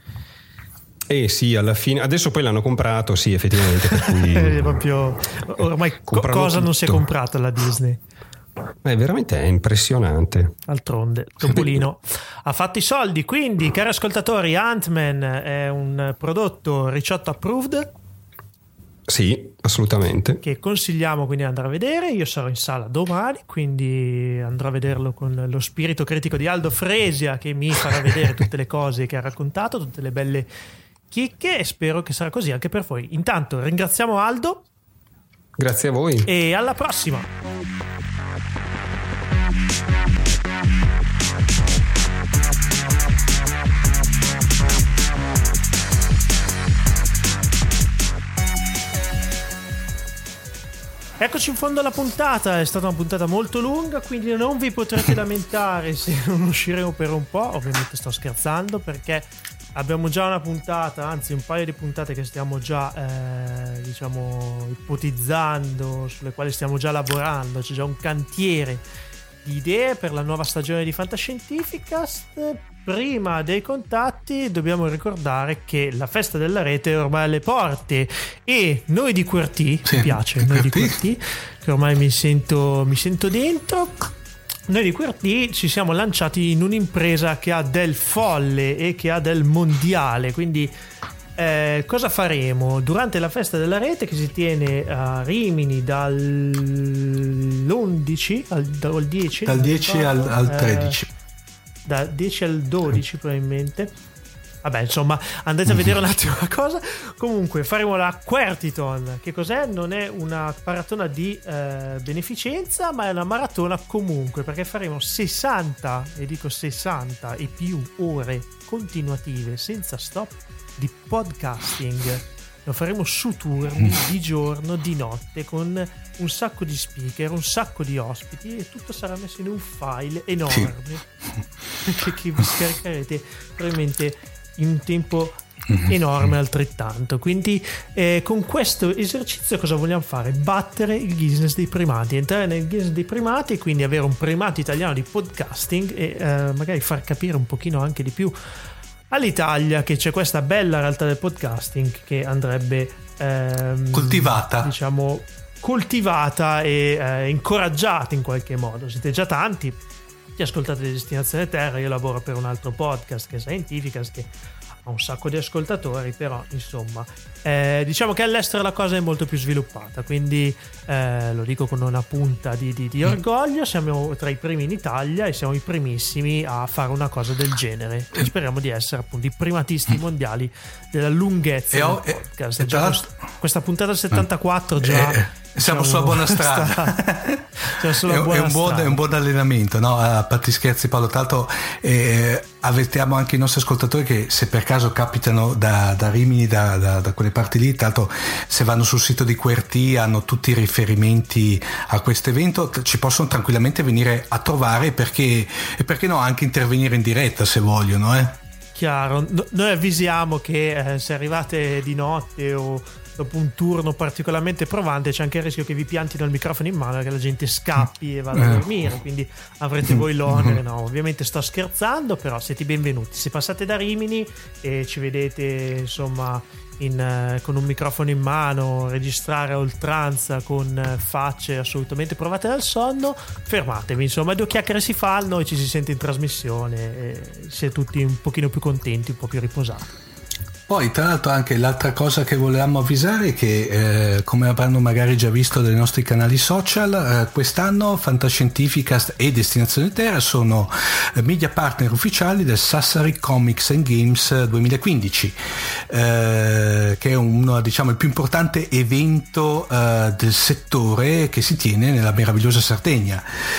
Eh sì, alla fine adesso poi l'hanno comprato, sì, effettivamente, per cui è proprio ormai co- cosa tutto. Non si è comprato la Disney. È veramente è impressionante. D'altronde Topolino ha fatto i soldi, quindi cari ascoltatori, Ant-Man è un prodotto Ricciotto approved. Sì, assolutamente. Che consigliamo quindi di andare a vedere. Io sarò in sala domani, quindi andrò a vederlo con lo spirito critico di Aldo Fresia, che mi farà vedere tutte le cose che ha raccontato, tutte le belle chicche, e spero che sarà così anche per voi. Intanto ringraziamo Aldo. Grazie a voi. E alla prossima. Eccoci in fondo alla puntata, è stata una puntata molto lunga, quindi non vi potrete lamentare se non usciremo per un po', ovviamente sto scherzando, perché abbiamo già una puntata, anzi un paio di puntate che stiamo già eh, diciamo ipotizzando, sulle quali stiamo già lavorando, c'è già un cantiere di idee per la nuova stagione di Fantascientificast. Prima dei contatti dobbiamo ricordare che la festa della rete è ormai alle porte, e noi di Q R T, sì, mi piace, noi di Q R T, che ormai mi sento, mi sento dentro, noi di Q R T ci siamo lanciati in un'impresa che ha del folle e che ha del mondiale, quindi eh, cosa faremo? Durante la festa della rete, che si tiene a Rimini dall'undici al, dal dieci, dal dieci al, al tredici, eh, da dieci al dodici probabilmente, vabbè, insomma, andate a vedere un attimo la cosa. Comunque faremo la Quertiton. Che cos'è? Non è una maratona di eh, beneficenza, ma è una maratona comunque, perché faremo sessanta, e dico sessanta e più ore continuative senza stop di podcasting. Lo faremo su turni, di giorno, di notte, con un sacco di speaker, un sacco di ospiti, e tutto sarà messo in un file enorme che, che vi scaricherete probabilmente in un tempo enorme altrettanto. Quindi eh, con questo esercizio cosa vogliamo fare? Battere il Guinness dei primati, entrare nel Guinness dei primati, e quindi avere un primato italiano di podcasting, e eh, magari far capire un pochino anche di più all'Italia che c'è questa bella realtà del podcasting che andrebbe ehm, coltivata, diciamo coltivata e eh, incoraggiata in qualche modo. Siete già tanti che ascoltate Destinazione Terra, io lavoro per un altro podcast che è Scientificast, che ha un sacco di ascoltatori, però insomma eh, diciamo che all'estero la cosa è molto più sviluppata, quindi eh, lo dico con una punta di, di, di orgoglio, siamo tra i primi in Italia e siamo i primissimi a fare una cosa del genere, e speriamo di essere appunto i primatisti mondiali della lunghezza e del ho, podcast. E, già questa puntata settantaquattro già, eh, Siamo sulla buona strada. Siamo sulla è, buona è, un buon, strada. è un buon allenamento, no? A parte scherzi, Paolo. Tanto eh, avvertiamo anche i nostri ascoltatori che se per caso capitano da, da Rimini, da, da, da quelle parti lì, tanto se vanno sul sito di Q W E R T hanno tutti i riferimenti a questo evento, ci possono tranquillamente venire a trovare, perché e perché no anche intervenire in diretta se vogliono, eh? Chiaro, no, noi avvisiamo che eh, se arrivate di notte o dopo un turno particolarmente provante c'è anche il rischio che vi piantino il microfono in mano e che la gente scappi e vada a dormire, quindi avrete voi l'onere. No, ovviamente sto scherzando, però siete benvenuti. Se passate da Rimini e ci vedete insomma in, eh, con un microfono in mano registrare a oltranza con eh, facce assolutamente provate dal sonno, fermatevi, insomma due chiacchiere si fanno e ci si sente in trasmissione e si è tutti un pochino più contenti, un po' più riposati. Poi tra l'altro anche l'altra cosa che volevamo avvisare è che eh, come avranno magari già visto dai nostri canali social, eh, quest'anno Fantascientificast e Destinazione Terra sono eh, media partner ufficiali del Sassari Comics and Games duemilaquindici, eh, che è uno, diciamo, il più importante evento eh, del settore che si tiene nella meravigliosa Sardegna.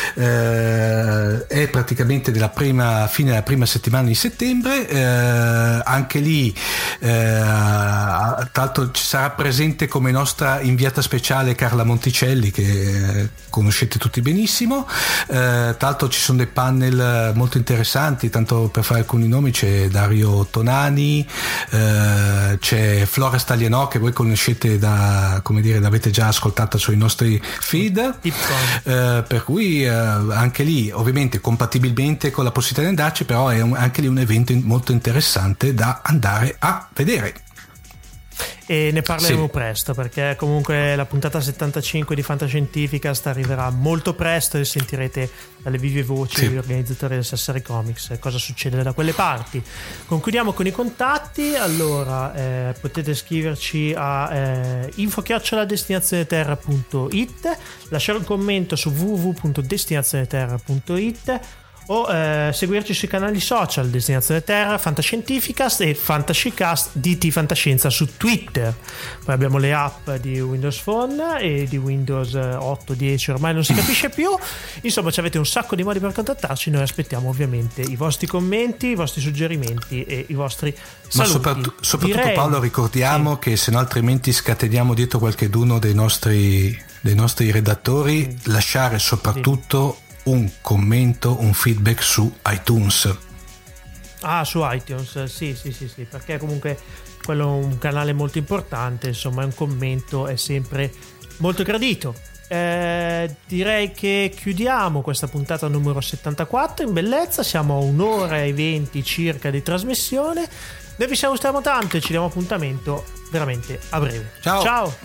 Eh, è praticamente della prima fine della prima settimana di settembre, eh, anche lì Eh, tra l'altro ci sarà presente come nostra inviata speciale Carla Monticelli, che eh, conoscete tutti benissimo. Eh, tra l'altro ci sono dei panel molto interessanti, tanto per fare alcuni nomi c'è Dario Tonani, eh, c'è Flora Staglianò, che voi conoscete da, come dire, l'avete già ascoltata sui nostri feed, eh, per cui eh, anche lì ovviamente compatibilmente con la possibilità di andarci, però è un, anche lì un evento molto interessante da andare a vedere. E ne parleremo sì. presto, perché comunque la puntata settantacinque di Fantascientificast arriverà molto presto e sentirete dalle vive voci sì. degli organizzatori del Sassari Comics cosa succede da quelle parti. Concludiamo con i contatti. Allora eh, potete scriverci a eh, info chiocciola destinazioneterra punto it, lasciare un commento su w w w punto destinazioneterra punto it o eh, seguirci sui canali social Destinazione Terra, Fantascientificast e Fantascicast D T Fantascienza su Twitter. Poi abbiamo le app di Windows Phone e di Windows otto, dieci, ormai non si capisce più. Insomma, ci avete un sacco di modi per contattarci. Noi aspettiamo ovviamente i vostri commenti, i vostri suggerimenti e i vostri saluti. Ma soprattutto, soprattutto Direi... Paolo, ricordiamo sì. che se no altrimenti scateniamo dietro qualcheduno dei nostri, dei nostri redattori, mm. lasciare soprattutto sì. un commento, un feedback su iTunes. Ah, su iTunes, sì, sì, sì, sì, perché comunque quello è un canale molto importante, insomma, un commento è sempre molto gradito. Eh, direi che chiudiamo questa puntata numero settantaquattro in bellezza, siamo a un'ora e venti circa di trasmissione. Noi vi salutiamo tanto e ci diamo appuntamento veramente a breve. Ciao! Ciao!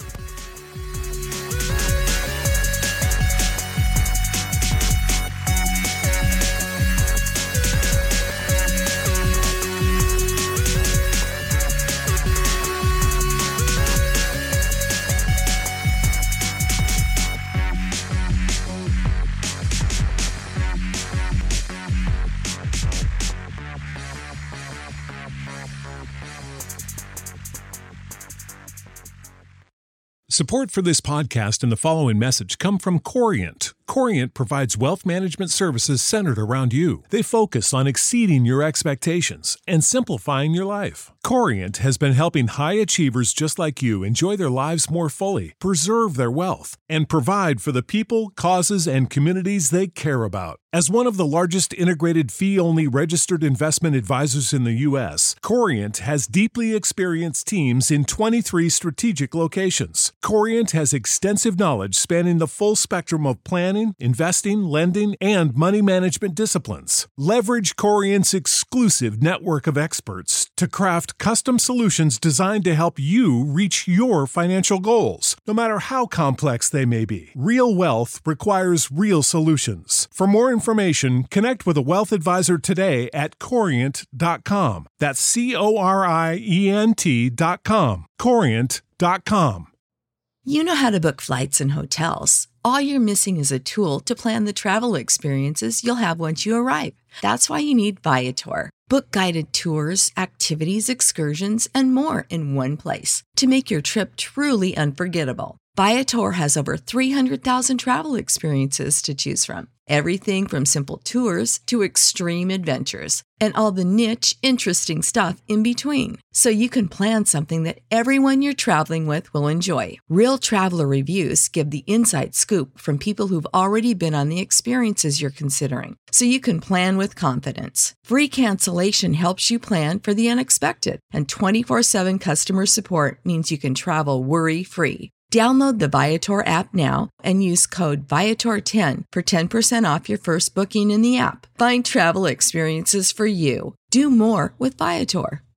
Support for this podcast and the following message come from Corient. Corient provides wealth management services centered around you. They focus on exceeding your expectations and simplifying your life. Corient has been helping high achievers just like you enjoy their lives more fully, preserve their wealth, and provide for the people, causes, and communities they care about. As one of the largest integrated fee-only registered investment advisors in the U S, Corient has deeply experienced teams in twenty-three strategic locations. Corient has extensive knowledge spanning the full spectrum of planning, investing, lending, and money management disciplines. Leverage Corient's exclusive network of experts to craft custom solutions designed to help you reach your financial goals, no matter how complex they may be. Real wealth requires real solutions. For more information, connect with a wealth advisor today at corient dot com. That's C O R I E N T dot com. corient dot com. You know how to book flights and hotels. All you're missing is a tool to plan the travel experiences you'll have once you arrive. That's why you need Viator. Book guided tours, activities, excursions, and more in one place to make your trip truly unforgettable. Viator has over three hundred thousand travel experiences to choose from. Everything from simple tours to extreme adventures and all the niche, interesting stuff in between. So you can plan something that everyone you're traveling with will enjoy. Real traveler reviews give the inside scoop from people who've already been on the experiences you're considering. So you can plan with confidence. Free cancellation helps you plan for the unexpected. And twenty-four seven customer support means you can travel worry-free. Download the Viator app now and use code Viator ten for ten percent off your first booking in the app. Find travel experiences for you. Do more with Viator.